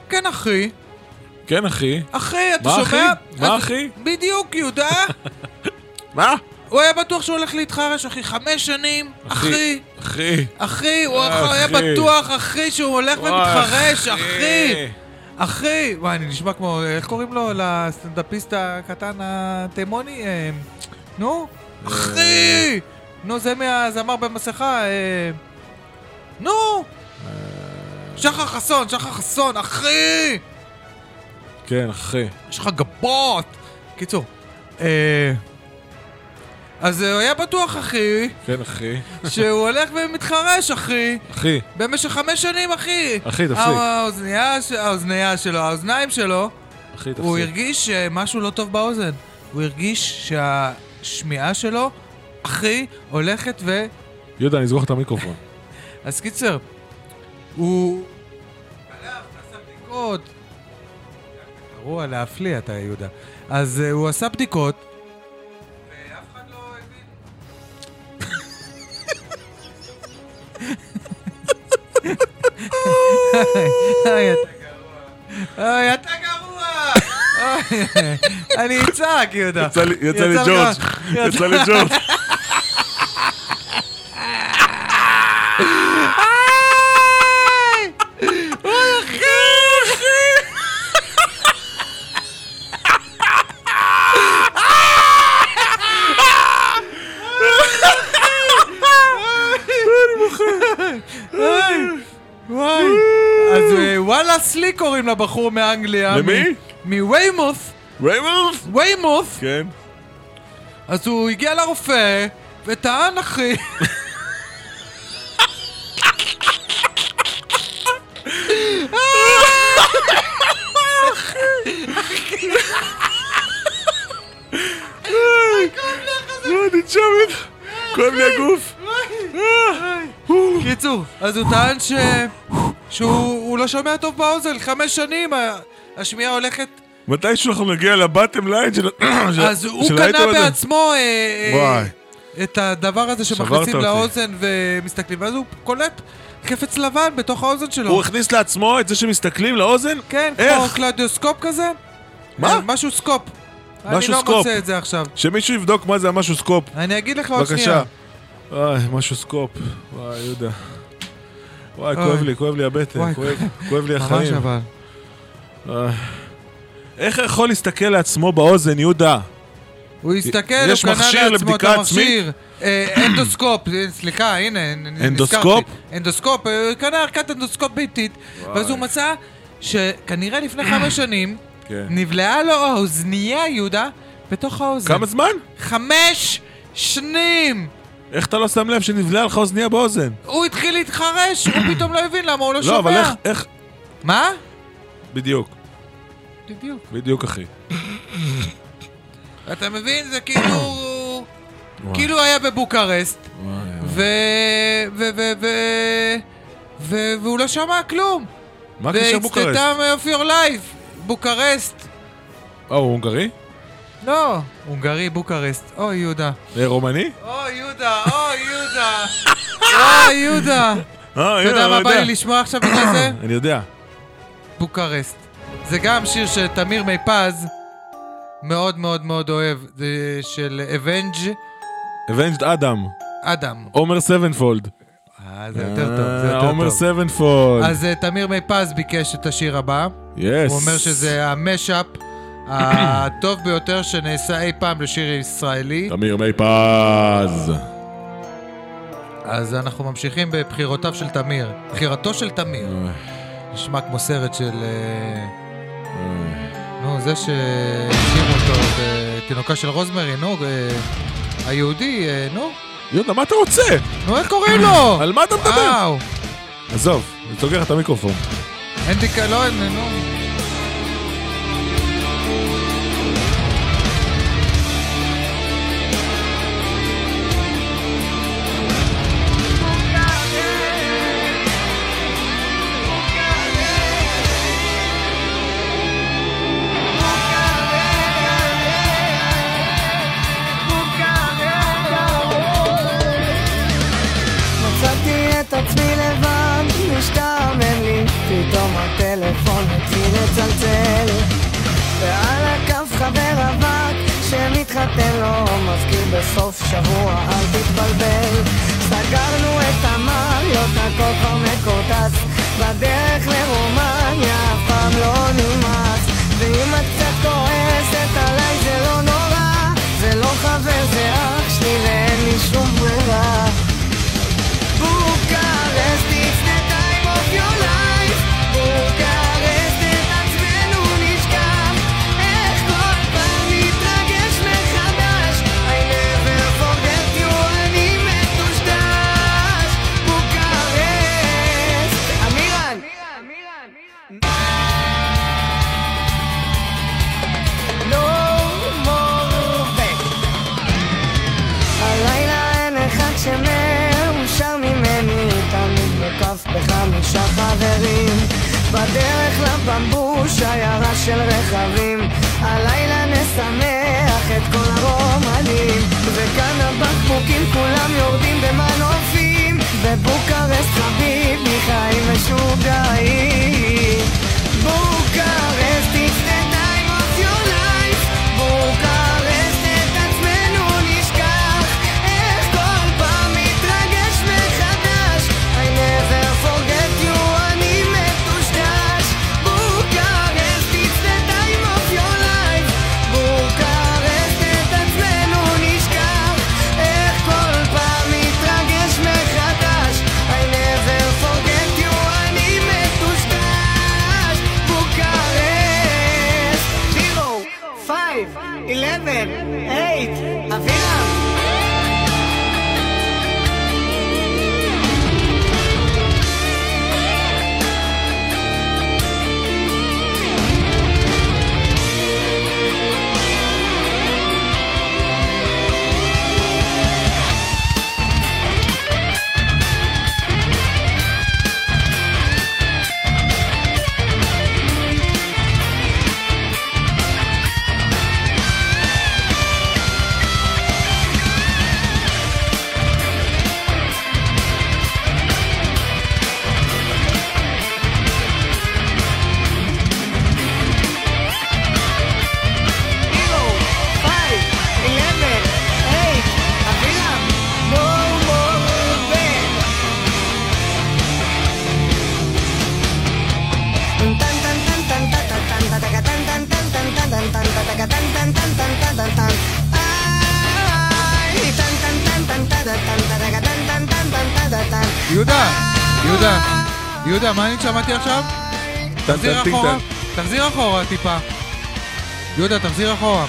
אחי, אתה שומע? מה אחי? בדיוק, יהודה. מה? הוא היה בטוח שהוא הולך להתחרש, אחי, 5 שנים, אחי, הוא היה בטוח, אחי, שהוא הולך ומתחרש, אחי, וואי, אני נשמע כמו, איך קוראים לו, לסטנדאפיסט הקטן התימוני? נו, אחי! נו, זה מהזמר במסכה, נו! שחר חסון, אחי! כן, אחי. יש לך גבות! קיצור, אז הוא היה בטוח, אחי. כן, אחי. שהוא הולך ומתחרש, אחי. במשך 5 שנים, אחי. אחי, תפסיק. האוזניים שלו. אחי, תפסיק. הוא הרגיש משהו לא טוב באוזן. הוא הרגיש שהשמיעה שלו, אחי, הולכת יהודה, אני אסגור את המיקרופון. אז קיצר, הוא הלך, עשה בדיקות. גרוע להפליא, אתה יהודה. אז הוא עשה בדיקות, ואף אחד לא הבין. אתה גרוע! אני אצעק, יהודה. יצא לי ג'ורג'. וואי, אז וואלאס לי קוראים לבחור מאנגליה. למי? מוויימות'. כן. אז הוא הגיע לרופא וטען, אחי, כואב לי הגוף. קיצור, אז הוא טען שהוא לא שומע טוב באוזן, 5 שנים השמיעה הולכת. מתישהו אנחנו נגיע לבטם ליין של אז הוא קנה בעצמו את הדבר הזה שמכניסים לאוזן ומסתכלים, ואז הוא קולט חפץ לבן בתוך האוזן שלו. הוא הכניס לעצמו את זה שמסתכלים לאוזן? כן, כמו קלדיוסקופ כזה. מה? משהו סקופ. אני לא מוצא את זה עכשיו. שמישהו יבדוק מה זה המשהו סקופ. אני אגיד לך עוד שנייה. בבקשה. משהו סקופ. וואי, יהודה. וואי, כואב לי הבטן. כואב לי החיים. ממש אבל. איך יכול להסתכל לעצמו באוזן, יהודה? הוא הסתכל, הוא קנה לעצמו את המכשיר. אנדוסקופ, סליחה, הנה, אנדוסקופ? אנדוסקופ, הוא קנה ערכת אנדוסקופ ביתית, ואז הוא מצא שכנראה לפני 5 שנים נבלעה לו האוזנייה, יהודה, בתוך האוזן. כמה זמן? 5 שנים! איך אתה לא שם לב שנבלעה לך האוזנייה באוזן? הוא התחיל להתחרש, הוא פתאום לא הבין למה הוא לא שומע. לא, אבל איך? מה? בדיוק, אחי. אתה מבין? זה כאילו היה בבוקרסט, והוא לא שמע כלום. מה קשר בוקרסט? It's the time of your life, בוקרסט. הוא הונגרי? לא, הונגרי, בוקרסט. אוי, יהודה. רומני? אוי, יהודה. אתה יודע מה בא לי לשמוע עכשיו בגלל זה? אני יודע. בוקרסט. זה גם שיר שתמיר מיפז מאוד מאוד מאוד אוהב. זה של Avenged אדם. עומר סבנפולד. זה יותר טוב, עומר סבנפולד. אז תמיר מיפז ביקש את השיר הבא. הוא אומר שזה המשאפ הטוב ביותר שנעשה אי פעם לשיר ישראלי. תמיר מיפז. אז אנחנו ממשיכים בבחירתו של תמיר. נשמע כמו סרט של נו, זה שהשאירו אותו בתינוקה של רוזמרי, נו, היהודי, נו. יהודה, מה אתה רוצה? נו, איך קוראים לו? על מה אתה מדבר? עזוב, אני סוגר את המיקרופון. אין דיקה, לא, נו. עצמי לבד, משתעמם לי, פתאום הטלפון התחיל לצלצל ועל הקו חבר אבק שמתחתן לו מזכיר בסוף שבוע, אל תתבלבל סגרנו את המריות, הכל כבר מקורטס בדרך לרומניה, אף פעם לא נמאס ואם את קצת כועסת עליי זה לא נורא, זה לא חבר, זה אח שלי ואין לי שום ברירה. Bucharest, it's the time of your life. Bucharest, את עצמנו נשכח. איך כל פעם מתרגש מחדש. I never forget you, אני מטושטש. בוקרשט. אמירן. No more back. הלילה אין אחד שר ממני תמיד מקף ב5 חברים בדרך לבמבוש שיירה של רכבים הלילה נשמח את כל הרומנים וכאן הבקבוקים כולם יורדים במנופים בבוקרשט חביבי חיים משוגעים בוקרשט it's the time of your life בוקרשט את עצמנו נשכח איך כל פעם מתרגש מחדש I never forget you אני מטושטש בוקרשט it's the time of your life בוקרשט את עצמנו נשכח איך כל פעם מתרגש מחדש I never forget you אני מטושטש בוקרשט 0, 5, 11, 8 אבירם יהודה, מה אני שמעתי עכשיו? תחזיר אחורה, תחזיר אחורה טיפה. יהודה, תחזיר אחורה.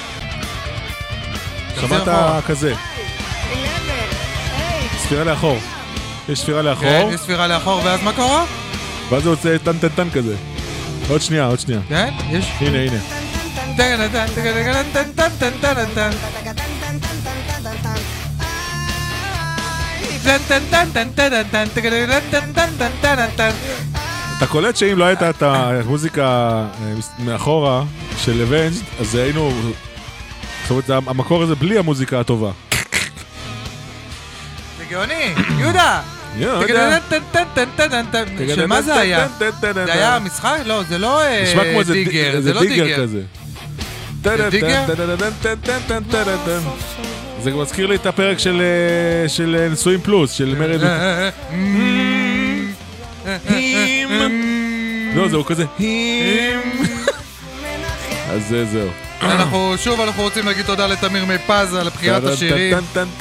שמעת כזה. ספירה לאחור. יש ספירה לאחור. כן, יש ספירה לאחור, ואז מה קורה? ואז זה יוצא טן. כזה. עוד שנייה. כן? יש? הנה. אתה קולט שאם לא הייתה את המוזיקה מאחורה של אבנג'ד, אז היינו... זאת אומרת, המקור הזה בלי המוזיקה הטובה. זה גאוני, יהודה! של מה זה היה? זה היה משחק? לא, זה לא דיגר. זה דיגר כזה. זה דיגר? זה מזכיר לי את הפרק של נשואים פלוס, של מרד... לא, זהו כזה. אז זהו. אנחנו רוצים להגיד תודה לתמיר מפז על בחירת השירים.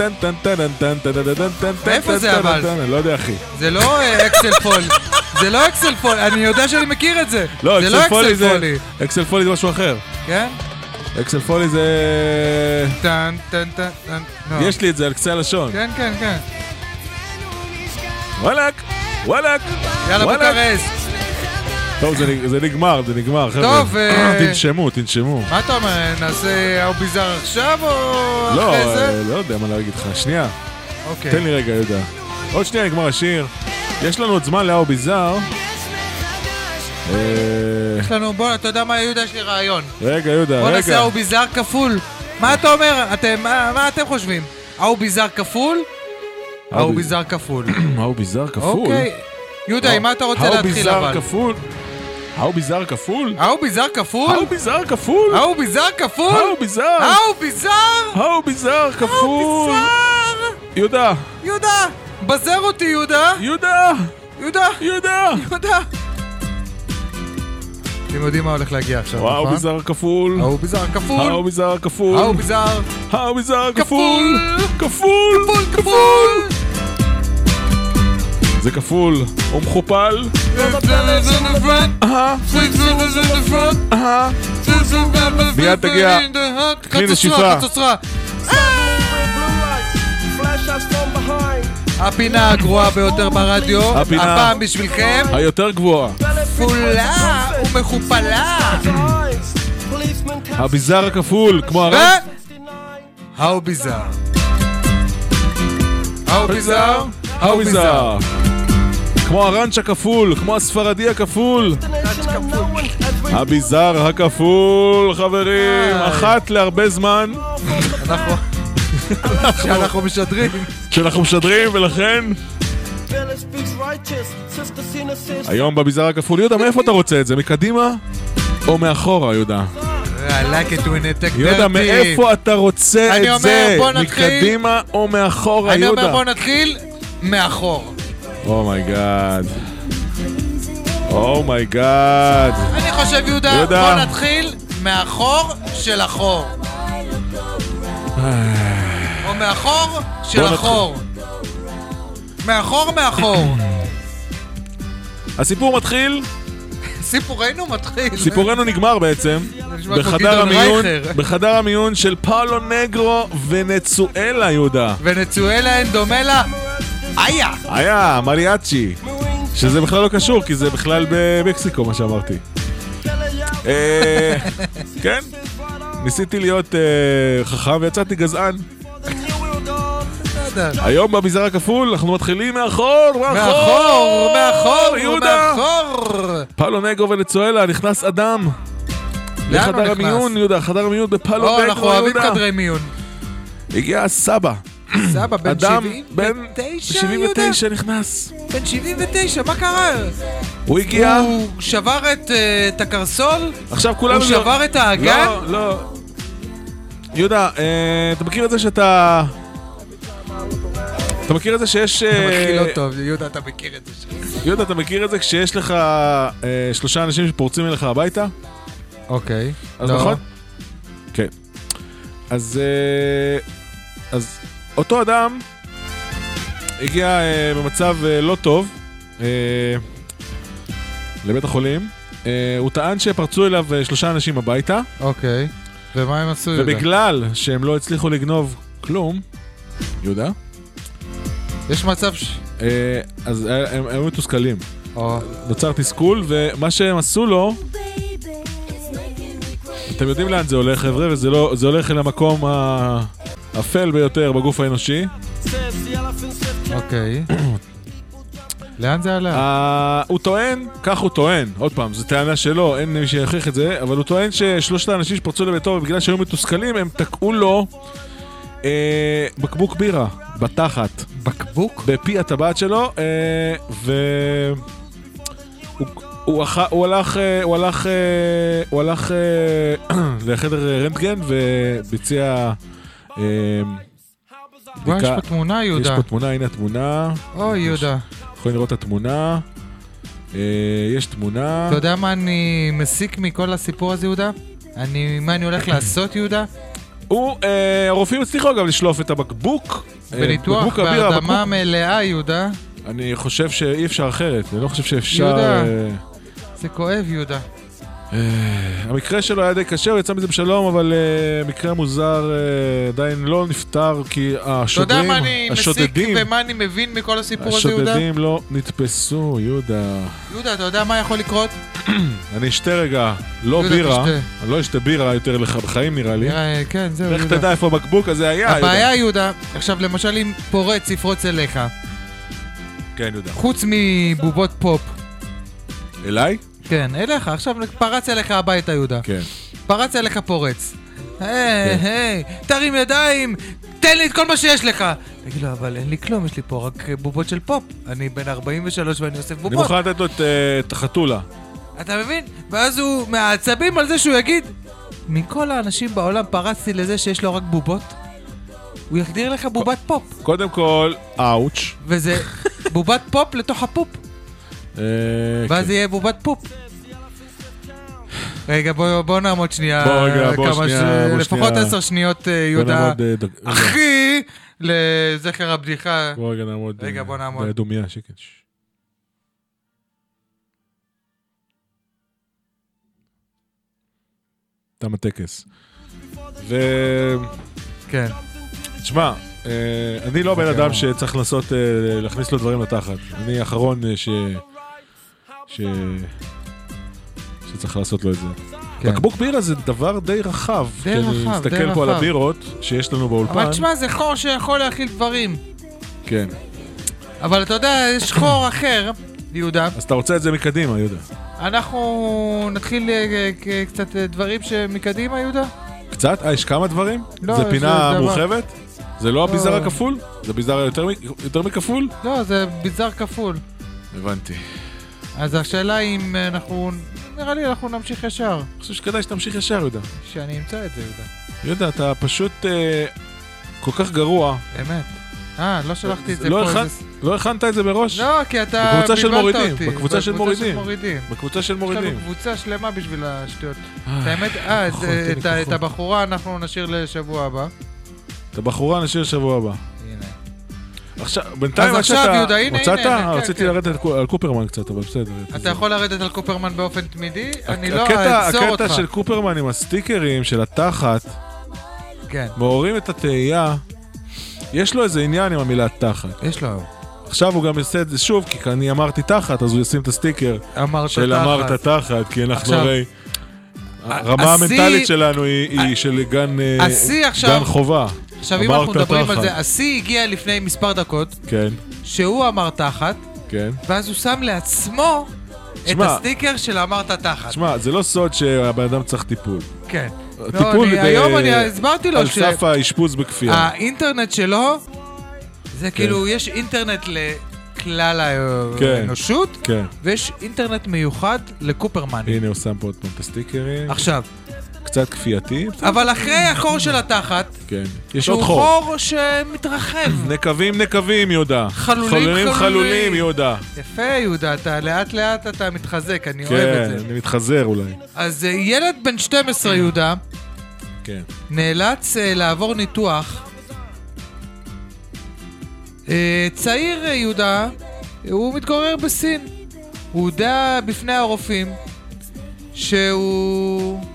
איפה זה אבל? לא יודע אחי. זה לא אקסל פולי. זה לא אקסל פולי, אני יודע שאני מכיר את זה. לא, זה לא אקסל פולי. אקסל פולי זה משהו אחר. כן? אקסל פולי זה... טן, טן, טן, טן. יש לי את זה על קצה הלשון. כן, כן, כן. וואלק, וואלק. יאללה בוקרסט. טוב, זה נגמר, טוב, תנשמו. מה אתה אומר, נעשה אהו ביזר עכשיו או אחרי זה? לא יודע מה להגיד לך, שנייה. אוקיי. תן לי רגע, יהודה. עוד שנייה נגמר השיר. יש לנו עוד זמן לאהו ביזר. יש לנו, בוא, אתה יודע מה, יהודה, יש לי רעיון. רגע, יהודה, רגע. בוא נעשה אהו ביזר כפול. מה אתה אומר? מה אתם חושבים? אהו ביזר כפול? אהו ביזר כפול. אהו ביזר כפול? אוקיי. יהודה, עם מה אתה רוצה להתחיל אבל? אהו ביזר כפול? אהו ביזר כפול? אהו ביזר כפול? אהו ביזר כפול? אהו ביזר? אהו ביזר? אהו ביזר כפול? יהודה. יהודה! בזר אותי, יהודה! יהודה! יהודה! יהודה! יהודה! אתם יודעים מה הולך להגיע עכשיו, נכון? אהו ביזר כפול? אהו ביזר כפול? אהו ביזר כפול? אהו ביזר? אהו ביזר כפול? כפול! כפול! כפול! זה כפול ומכופל. מיד תגיע כלי נשיפה. הפינה הגרועה ביותר ברדיו, הפעם בשבילכם היותר גבוהה, כפולה ומכופלה. הביזר הכפול, כמו הרב. האו ביזר. האו ביזר. האו ביזר. כמו הרנץ' הכפול, כמו הספרדי הכפול. הביזר הכפול, חברים. אחת להרבה זמן. שאנחנו משדרים, ולכן היום בביזר הכפול. יהודה, מאיפה אתה רוצה את זה? מקדימה או מאחורה, יהודה? יהודה, מאיפה אתה רוצה את זה? מקדימה או מאחורה, יהודה? אני אומר בוא נתחיל מאחור. אומייגאד. אומייגאד. אני חושב, יהודה, בוא נתחיל מאחור של אחור. או מאחור של אחור. מאחור. הסיפור מתחיל. סיפורנו מתחיל. סיפורנו נגמר בעצם בחדר המיון של פאולו נגרו ונצואלה, יהודה. ונצואלה אין דומה לה היה מריאצ'י, שזה בכלל לא קשור כי זה בכלל במקסיקו מה שאמרתי. כן, ניסיתי להיות חכם ויצאתי גזען. היום בביזר הכפול אנחנו מתחילים מאחור, יהודה. פאולו נגרו ונצואלה, נכנס אדם לחדר המיון, יהודה, חדר המיון בפאולו נגרו. אנחנו אוהבים חדרי מיון. הגיע סבא, בן 79 נכנס. בן 79, מה קרה? הוא הגיע, הוא שבר את הקרסול? עכשיו כולנו... הוא שבר את האגן? לא. יהודה, אתה מכיר את זה שאתה... אתה מכיר את זה שיש... אתה מתחיל לא טוב, יהודה, אתה מכיר את זה. יהודה, אתה מכיר את זה כשיש לך 3 אנשים שפורצים אליך הביתה? אוקיי. אז נכון? כן. אז אותו אדם הגיע במצב לא טוב לבית החולים. הוא טען שפרצו אליו 3 אנשים הביתה. אוקיי. ומה הם עשו, יהודה? ובגלל שהם לא הצליחו לגנוב כלום, יהודה? יש מצב אז הם היו מתוסכלים. נוצר תסכול, ומה שהם עשו לו, אתם יודעים לאן זה הולך, חבר'ה, וזה הולך אל המקום האפל ביותר בגוף האנושי. אוקיי. לאן זה עלה? הוא טוען, כך הוא טוען, עוד פעם, זו טענה שלו, אין מי שיכריח את זה, אבל הוא טוען ש3 האנשים שפרצו לביתו, ובגלל שהיו מתוסכלים, הם תקעו לו בקבוק בירה בתחת. בקבוק? בפי הטבעת שלו, הוא הלך לחדר רנטגן וביצע יש פה תמונה, יהודה. יש פה תמונה, הנה התמונה. אוי, יהודה. יכולים לראות את התמונה. יש תמונה. אתה יודע מה אני מסיק מכל הסיפור הזה, יהודה? מה אני הולך לעשות, יהודה? הרופאים הצליחו אגב לשלוף את הבקבוק. בניתוח בהרדמה מלאה, יהודה. אני חושב שאי אפשר אחרת, אני לא חושב שאפשר... יהודה, זה כואב, יהודה. המקרה שלו היה די קשה, הוא יצא מזה בשלום, אבל מקרה מוזר עדיין לא נפטר, כי השודדים... אתה יודע מה אני מסיק ומה אני מבין מכל הסיפור הזה, יהודה? השודדים לא נתפסו, יהודה. יהודה, אתה יודע מה יכול לקרות? אני אשתה רגע, לא בירה, אני לא אשתה בירה יותר בחיים נראה לי. כן, זהו, יהודה. איך תדע איפה הבקבוק הזה היה, יהודה? הבעיה, יהודה, עכשיו למשל אם פורץ יפרוץ אליך. כן, יהודה. חוץ מבובות פופ. אליי? כן, אליך, עכשיו פרץ אליך הביתה, יהודה. כן. פרץ אליך פורץ. היי, תרים ידיים, תן לי את כל מה שיש לך. תגיד לו, אבל אין לי כלום, יש לי פה רק בובות של פופ. אני בן 43 ואני אוסף בובות. אני מוכן לתת לו את החתולה. אתה מבין? ואז הוא מעצבים על זה שהוא יגיד, מכל האנשים בעולם פרצתי לזה שיש לו רק בובות. הוא יחדיר לך בובת פופ. קודם כל, אאוץ'. וזה בובת פופ לתוך הפופ. ואז יהיה בובת פופ. רגע, בוא נעמוד שנייה. בוא שנייה. לפחות 10 שניות, יהודה. אחי, לזכר הבדיחה. בוא רגע נעמוד. רגע, בוא נעמוד. בדומיה, שקט. תם הטקס. כן. תשמע, אני לא בן אדם שצריך לנסות להכניס לו דברים לתחת. אני האחרון שצריך לעשות לו את זה. בקבוק בירה זה דבר די רחב. די רחב, אני מסתכל פה על הבירות שיש לנו באולפן. אבל תשמע, זה חור שיכול להכיל דברים. כן. אבל אתה יודע, יש חור אחר, יהודה. אז אתה רוצה את זה מקדימה, יהודה. אנחנו נתחיל קצת דברים שמקדימה, יהודה? קצת? יש כמה דברים? לא, זה פינה מורחבת? זה לא הביזר הכפול? זה ביזר יותר מכפול? לא, זה ביזר כפול. הבנתי. אז השאלה אם אנחנו... נראה לי אנחנו נמשיך ישר. אני חושב שכדאי שתמשיך ישר, יהודה. שאני אמצא את זה, יהודה. יהודה, אתה פשוט כל כך גרוע. באמת. לא שלחתי את זה לא פה. לא הכנת את זה בראש? לא, כי אתה בלבלת אותי. בקבוצה של מורידים. בקבוצה של מורידים. יש לנו קבוצה שלמה בשביל השטויות. האמת, את הבחורה אנחנו נשאיר לשבוע הבא. את הבחורה נשאיר לשבוע הבא. הנה. עכשיו, בינתיים אז עכשיו, יהודה, הנה. מצאת? רציתי לרדת על קופרמן קצת, אבל בסדר. אתה יכול לרדת על קופרמן באופן תמידי? אני לא אעצור אותך. הקטע של קופרמן עם הסטיקרים של התחת, מעוררים את התהייה. יש לו איזה עניין עם המילה תחת. יש לו. עכשיו הוא גם יעשה את זה שוב, כי אני אמרתי תחת, אז הוא ישים את הסטיקר של אמרת תחת, כי אנחנו הרי... הרמה המנטלית שלנו היא של גן חובה. עכשיו אם אנחנו מדברים על זה, השיא הגיע לפני מספר דקות, שהוא אמר תחת, ואז הוא שם לעצמו את הסטיקר של אמרת תחת. שמע, זה לא סוד שהבן אדם צריך טיפול. כן. טיפול היום אני הסברתי לו על סף האשפוז בכפייה. האינטרנט שלו, זה כאילו, יש אינטרנט לכלל האנושות, ויש אינטרנט מיוחד לקופרמנים. הנה הוא שם פה עוד פעם את הסטיקרים. עכשיו. קצת כפייתי. אבל אחרי החור של התחת, יש עוד חור. שהוא חור שמתרחב. נקבים, יהודה. חלולים, יהודה. יפה, יהודה, אתה לאט לאט אתה מתחזק, אני אוהב את זה. כן, אני מתחזר אולי. אז ילד בן 12, יהודה, נאלץ לעבור ניתוח. צעיר, יהודה, הוא מתגורר בסין. הוא יודע בפני הרופאים שהוא...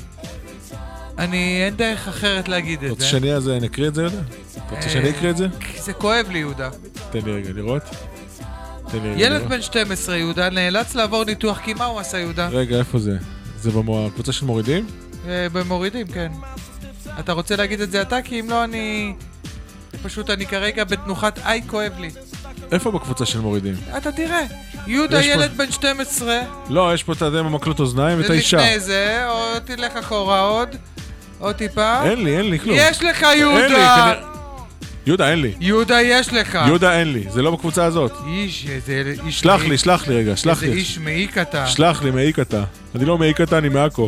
אין דרך אחרת להגיד את זה. רוצה שאני נקריא את זה, יהודה? אתה רוצה שאני אקריא את זה? זה כואב לי, יהודה. תן לי רגע לראות. ילד בן 12, יהודה, נאלץ לעבור ניתוח, כי מה הוא עשה, יהודה? רגע, איפה זה? זה בקבוצה של מורידים? במורידים, כן. אתה רוצה להגיד את זה אתה? כי אם לא, אני כרגע בתנוחת כואב לי. איפה בקבוצה של מורידים? אתה תראה. יהודה, ילד בן 12. לא, יש פה את האדם במקלות אוזניים ואת האישה. ולפני זה, או תלך אחורה עוד טיפה. אין לי כלום. יש לך, יהודה! יהודה, אין לי. יהודה, יש לך. יהודה, אין לי. זה לא בקבוצה הזאת. איזה איש... שלח לי רגע, שלח לי. איזה איש מעיק אתה. שלח לי, מעיק אתה. אני לא מעיק אתה, אני מעכו.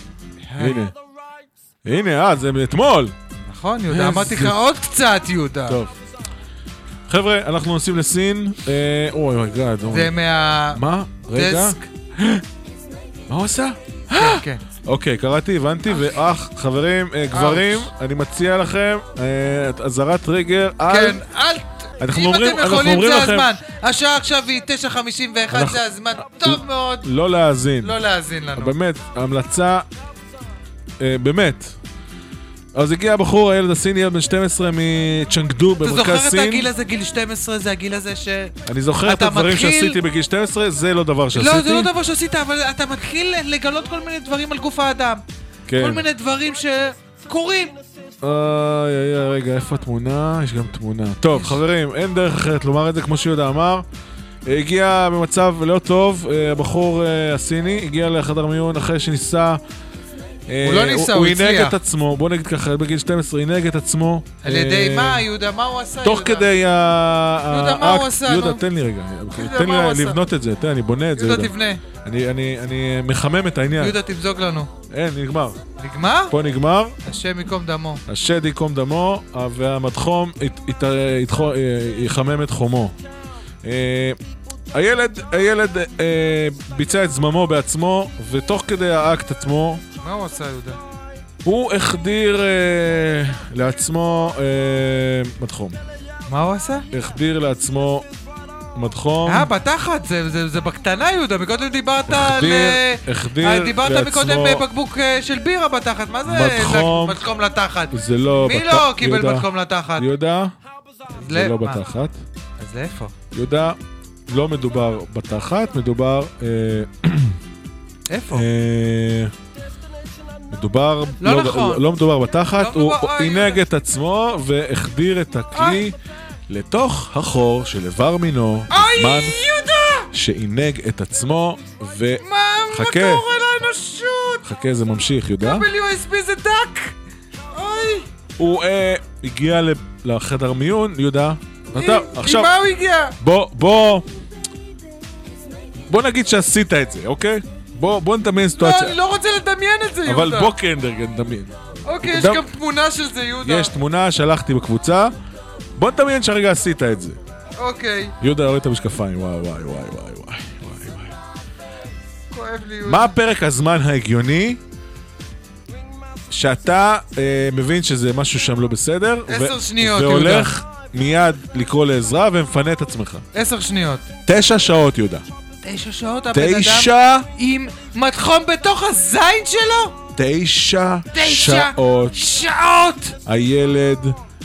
הנה, זה מאתמול. נכון, יהודה, אמרתי לך עוד קצת, יהודה. טוב. חבר'ה, אנחנו נוסעים לסין. אוי, רגע. זה מה? רגע. מה הוא עשה? כן. אוקיי, קראתי, הבנתי, חברים, גברים, אני מציע לכם, אזהרת טריגר, כן, אם אתם יכולים זה הזמן. השעה עכשיו היא 9:51, זה הזמן טוב מאוד. לא להאזין. לא להאזין לנו. באמת, המלצה, באמת. אז הגיע הבחור, הילד הסיני, ילד בן 12 מצ'נגדו במרכז סין. אתה זוכר את הגיל הזה, גיל 12, זה הגיל הזה ש... אני זוכר את הדברים שעשיתי בגיל 12, זה לא דבר שעשיתי. לא, זה לא דבר שעשית, אבל אתה מתחיל לגלות כל מיני דברים על גוף האדם. כן. כל מיני דברים שקורים. רגע, איפה התמונה? יש גם תמונה. טוב, חברים, אין דרך אחרת לומר את זה, כמו שיהודה אמר. הגיע במצב לא טוב, הבחור הסיני, הגיע לחדר מיון אחרי שניסה... הוא לא ניסה, הוא הצליח. הוא עינג את עצמו, בוא נגיד ככה, בגיל 12, עינג את עצמו. על ידי מה, יהודה? מה הוא עשה, תוך כדי יהודה, מה הוא עשה? יהודה, תן לי רגע. תן לי לבנות את זה, אני בונה את זה. יהודה, תבנה. אני מחמם את העניין. יהודה, תמזוג לנו. אין, נגמר. נגמר? פה נגמר. השם יקום דמו. השד יקום דמו, והמדחום יחמם את חומו. הילד ביצע את זממו בעצמו, ותוך כדי האקט עצמו... מה הוא עשה, יהודה? הוא החדיר לעצמו מדחום. מה הוא עשה? החדיר לעצמו מדחום. בתחת, זה בקטנה, יהודה. מקודם דיברת על... דיברת מקודם בבקבוק של בירה בתחת. מה זה מדחום לתחת? זה לא... מי לא קיבל מדחום לתחת? יהודה, זה לא בתחת. אז איפה? יהודה, לא מדובר בתחת, מדובר... איפה? מדובר... לא נכון. לא מדובר בתחת, הוא עינג את עצמו והחדיר את הכלי לתוך החור של איבר מינו. אוי, יהודה! שעינג את עצמו ו... מה קורה לאנושות? חכה, זה ממשיך, יהודה. כבל USB זה דק! אוי! הוא הגיע לחדר מיון, יהודה. עם מה הוא הגיע? בוא נגיד שעשית את זה, אוקיי? בוא נדמיין סיטואציה. לא, אני לא רוצה לדמיין את זה, יהודה. אבל בוא כן נדמיין. אוקיי, יש גם תמונה של זה, יהודה. יש תמונה, שלחתי בקבוצה. בוא נדמיין שהרגע עשית את זה. אוקיי. יהודה, רואה את המשקפיים, וואי. כואב לי, יהודה. מה הפרק הזמן ההגיוני שאתה מבין שזה משהו שם לא בסדר? 10 שניות, יהודה. והולך מיד לקרוא לעזרה ומפנה את עצמך. 10 שניות. 9 שעות, יהודה. 9 שעות, הבן אדם עם מדחום בתוך הזין שלו? 9 שעות! הילד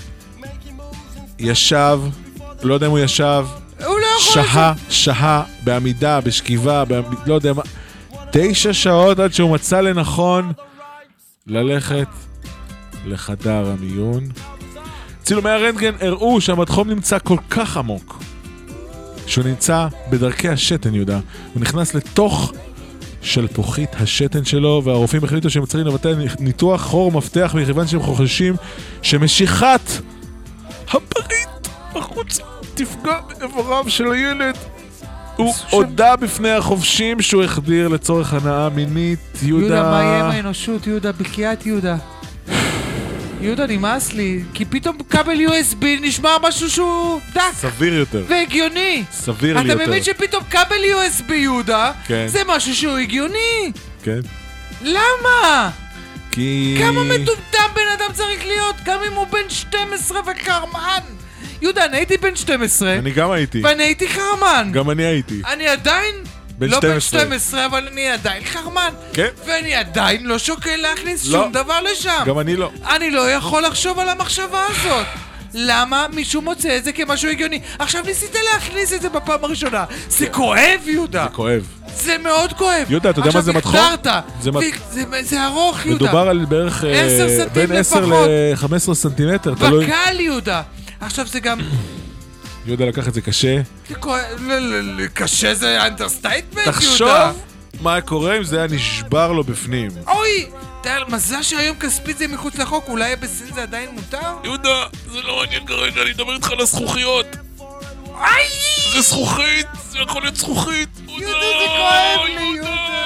ישב, לא יודע אם הוא ישב, הוא לא יכול שהה בעמידה, בשכיבה, לא יודע מה, 9 שעות עד שהוא מצא לנכון ללכת לחדר המיון. צילומי הרנטגן הראו שהמדחום נמצא כל כך עמוק שהוא נמצא בדרכי השתן, יהודה. הוא נכנס לתוך שלפוחית השתן שלו, והרופאים החליטו שהם צריכים לבצע ניתוח חור מפתח מכיוון שהם חוששים שמשיכת הפריט החוצה תפגע באיבריו של הילד. הוא הודע בפני החובשים שהוא החדיר לצורך הנאה מינית, יהודה. יהודה, מה יהיה עם האנושות, יהודה? בקיאת יהודה. יהודה, נמאס לי, כי פתאום כבל USB נשמע משהו שהוא דק. סביר יותר. והגיוני. סביר לי יותר. אתה מבין שפתאום כבל USB, יהודה, כן. זה משהו שהוא הגיוני. כן. למה? כי... כמה מטומטם בן אדם צריך להיות, גם אם הוא בן 12 וקרמן. יהודה, אני הייתי בן 12. אני גם הייתי. ואני הייתי חרמן. גם אני הייתי. אני עדיין... בן לא 12. בן 12, אבל אני עדיין חרמן. כן. ואני עדיין לא שוקל להכניס לא. שום דבר לשם. גם אני לא. אני לא יכול לחשוב על המחשבה הזאת. למה מישהו מוצא את זה כמשהו הגיוני? עכשיו ניסית להכניס את זה בפעם הראשונה. זה כואב, יהודה. זה כואב. זה מאוד כואב. יהודה, אתה יודע מה זה מדחום? עכשיו זה ארוך, יהודה. מדובר על בערך 10 סנטים בין 10 ל-15 סנטימטר. בקל, יהודה. עכשיו זה גם... יהודה לקח את זה קשה. קשה זה אנדרסטייטמנט, יהודה. תחשוב מה קורה אם זה היה נשבר לו בפנים. אוי! מזל שהיום כספית זה מחוץ לחוק, אולי בסין זה עדיין מותר? יהודה, זה לא מעניין כרגע, אני אדבר איתך על הזכוכיות. איי! זה זכוכית, זה יכול להיות זכוכית. יהודה, זה כואב לי, יהודה.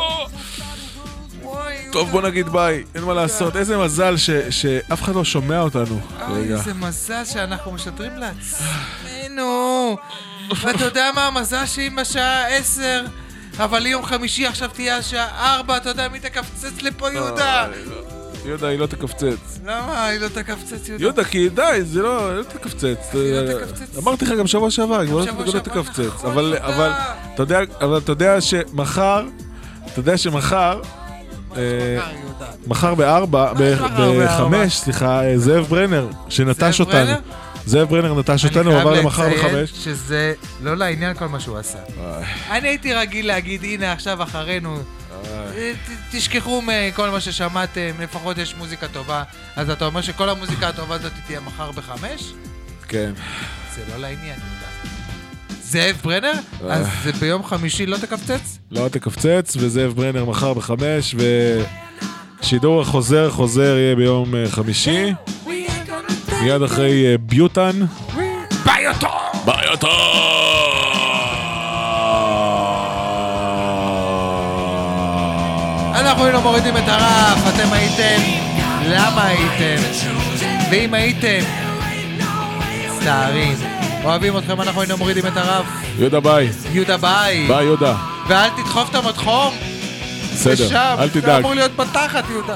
טוב, בוא נגיד ביי, אין מה לעשות. איזה מזל שאף אחד לא שומע אותנו. אוי, איזה מזל שאנחנו משדרים לעצמנו. ואתה יודע מה המזל שאם בשעה 10 אבל יום חמישי עכשיו תהיה השעה 4, אתה יודע מי תקפצץ לפה יהודה? יהודה, היא לא תקפצץ. למה היא לא תקפצץ יהודה? יהודה, כי די, זה לא תקפצץ. אמרתי לך גם שבוע שעבר, היא לא תקפצץ. אבל אתה יודע שמחר, מחר ב-5, סליחה, זאב ברנר, שנטש אותנו. זאב ברנר נטש אותנו, הוא עבר למחר ב-5. אני חייב לציין שזה לא לעניין כל מה שהוא עשה. אני הייתי רגיל להגיד, הנה עכשיו אחרינו, תשכחו מכל מה ששמעתם, לפחות יש מוזיקה טובה. אז אתה אומר שכל המוזיקה הטובה הזאת תהיה מחר ב-5? כן. זה לא לעניין. זאב ברנר? אז ביום חמישי לא תקפצץ? לא תקפצץ, וזאב ברנר מחר ב-5, ושידור החוזר יהיה ביום חמישי. מיד אחרי ביוטן. ביוטן! אנחנו היינו מורידים את הרף, אתם הייתם, למה הייתם? ואם הייתם, סתערים. אוהבים אתכם, אנחנו היינו מורידים את הרף. יהודה ביי. יהודה ביי. ביי יהודה. ואל תדחוף את המתחום. בסדר, אל תדאג. זה אמור להיות בתחת יהודה.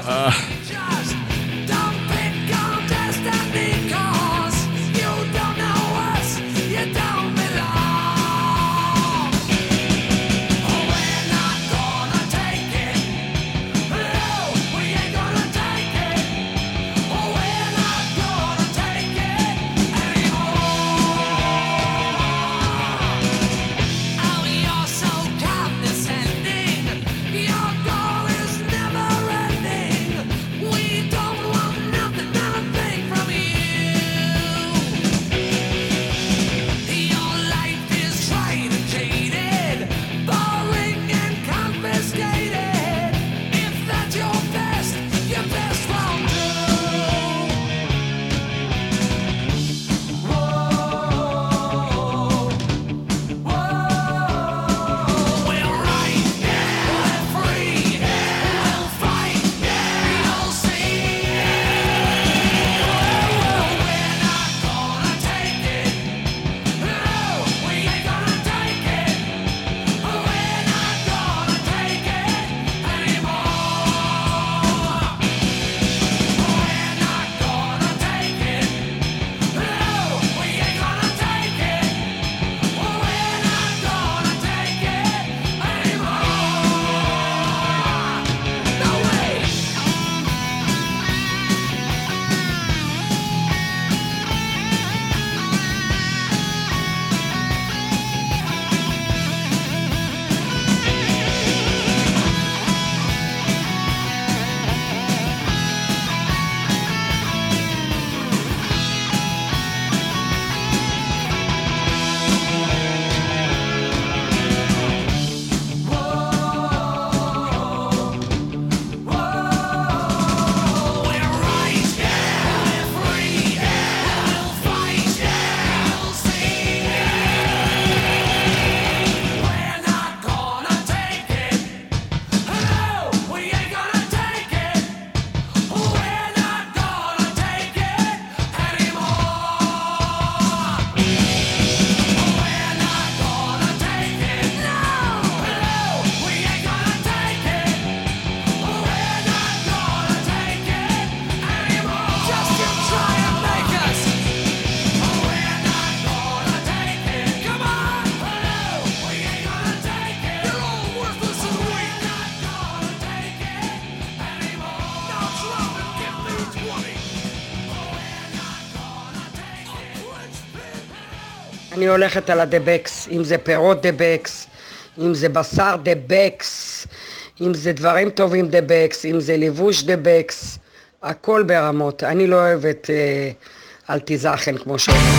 אני הולכת על הדבקס, אם זה פירות דבקס, אם זה בשר דבקס, אם זה דברים טובים דבקס, אם זה לבוש דבקס, הכל ברמות. אני לא אוהבת אל תיזכן כמו שאומרים.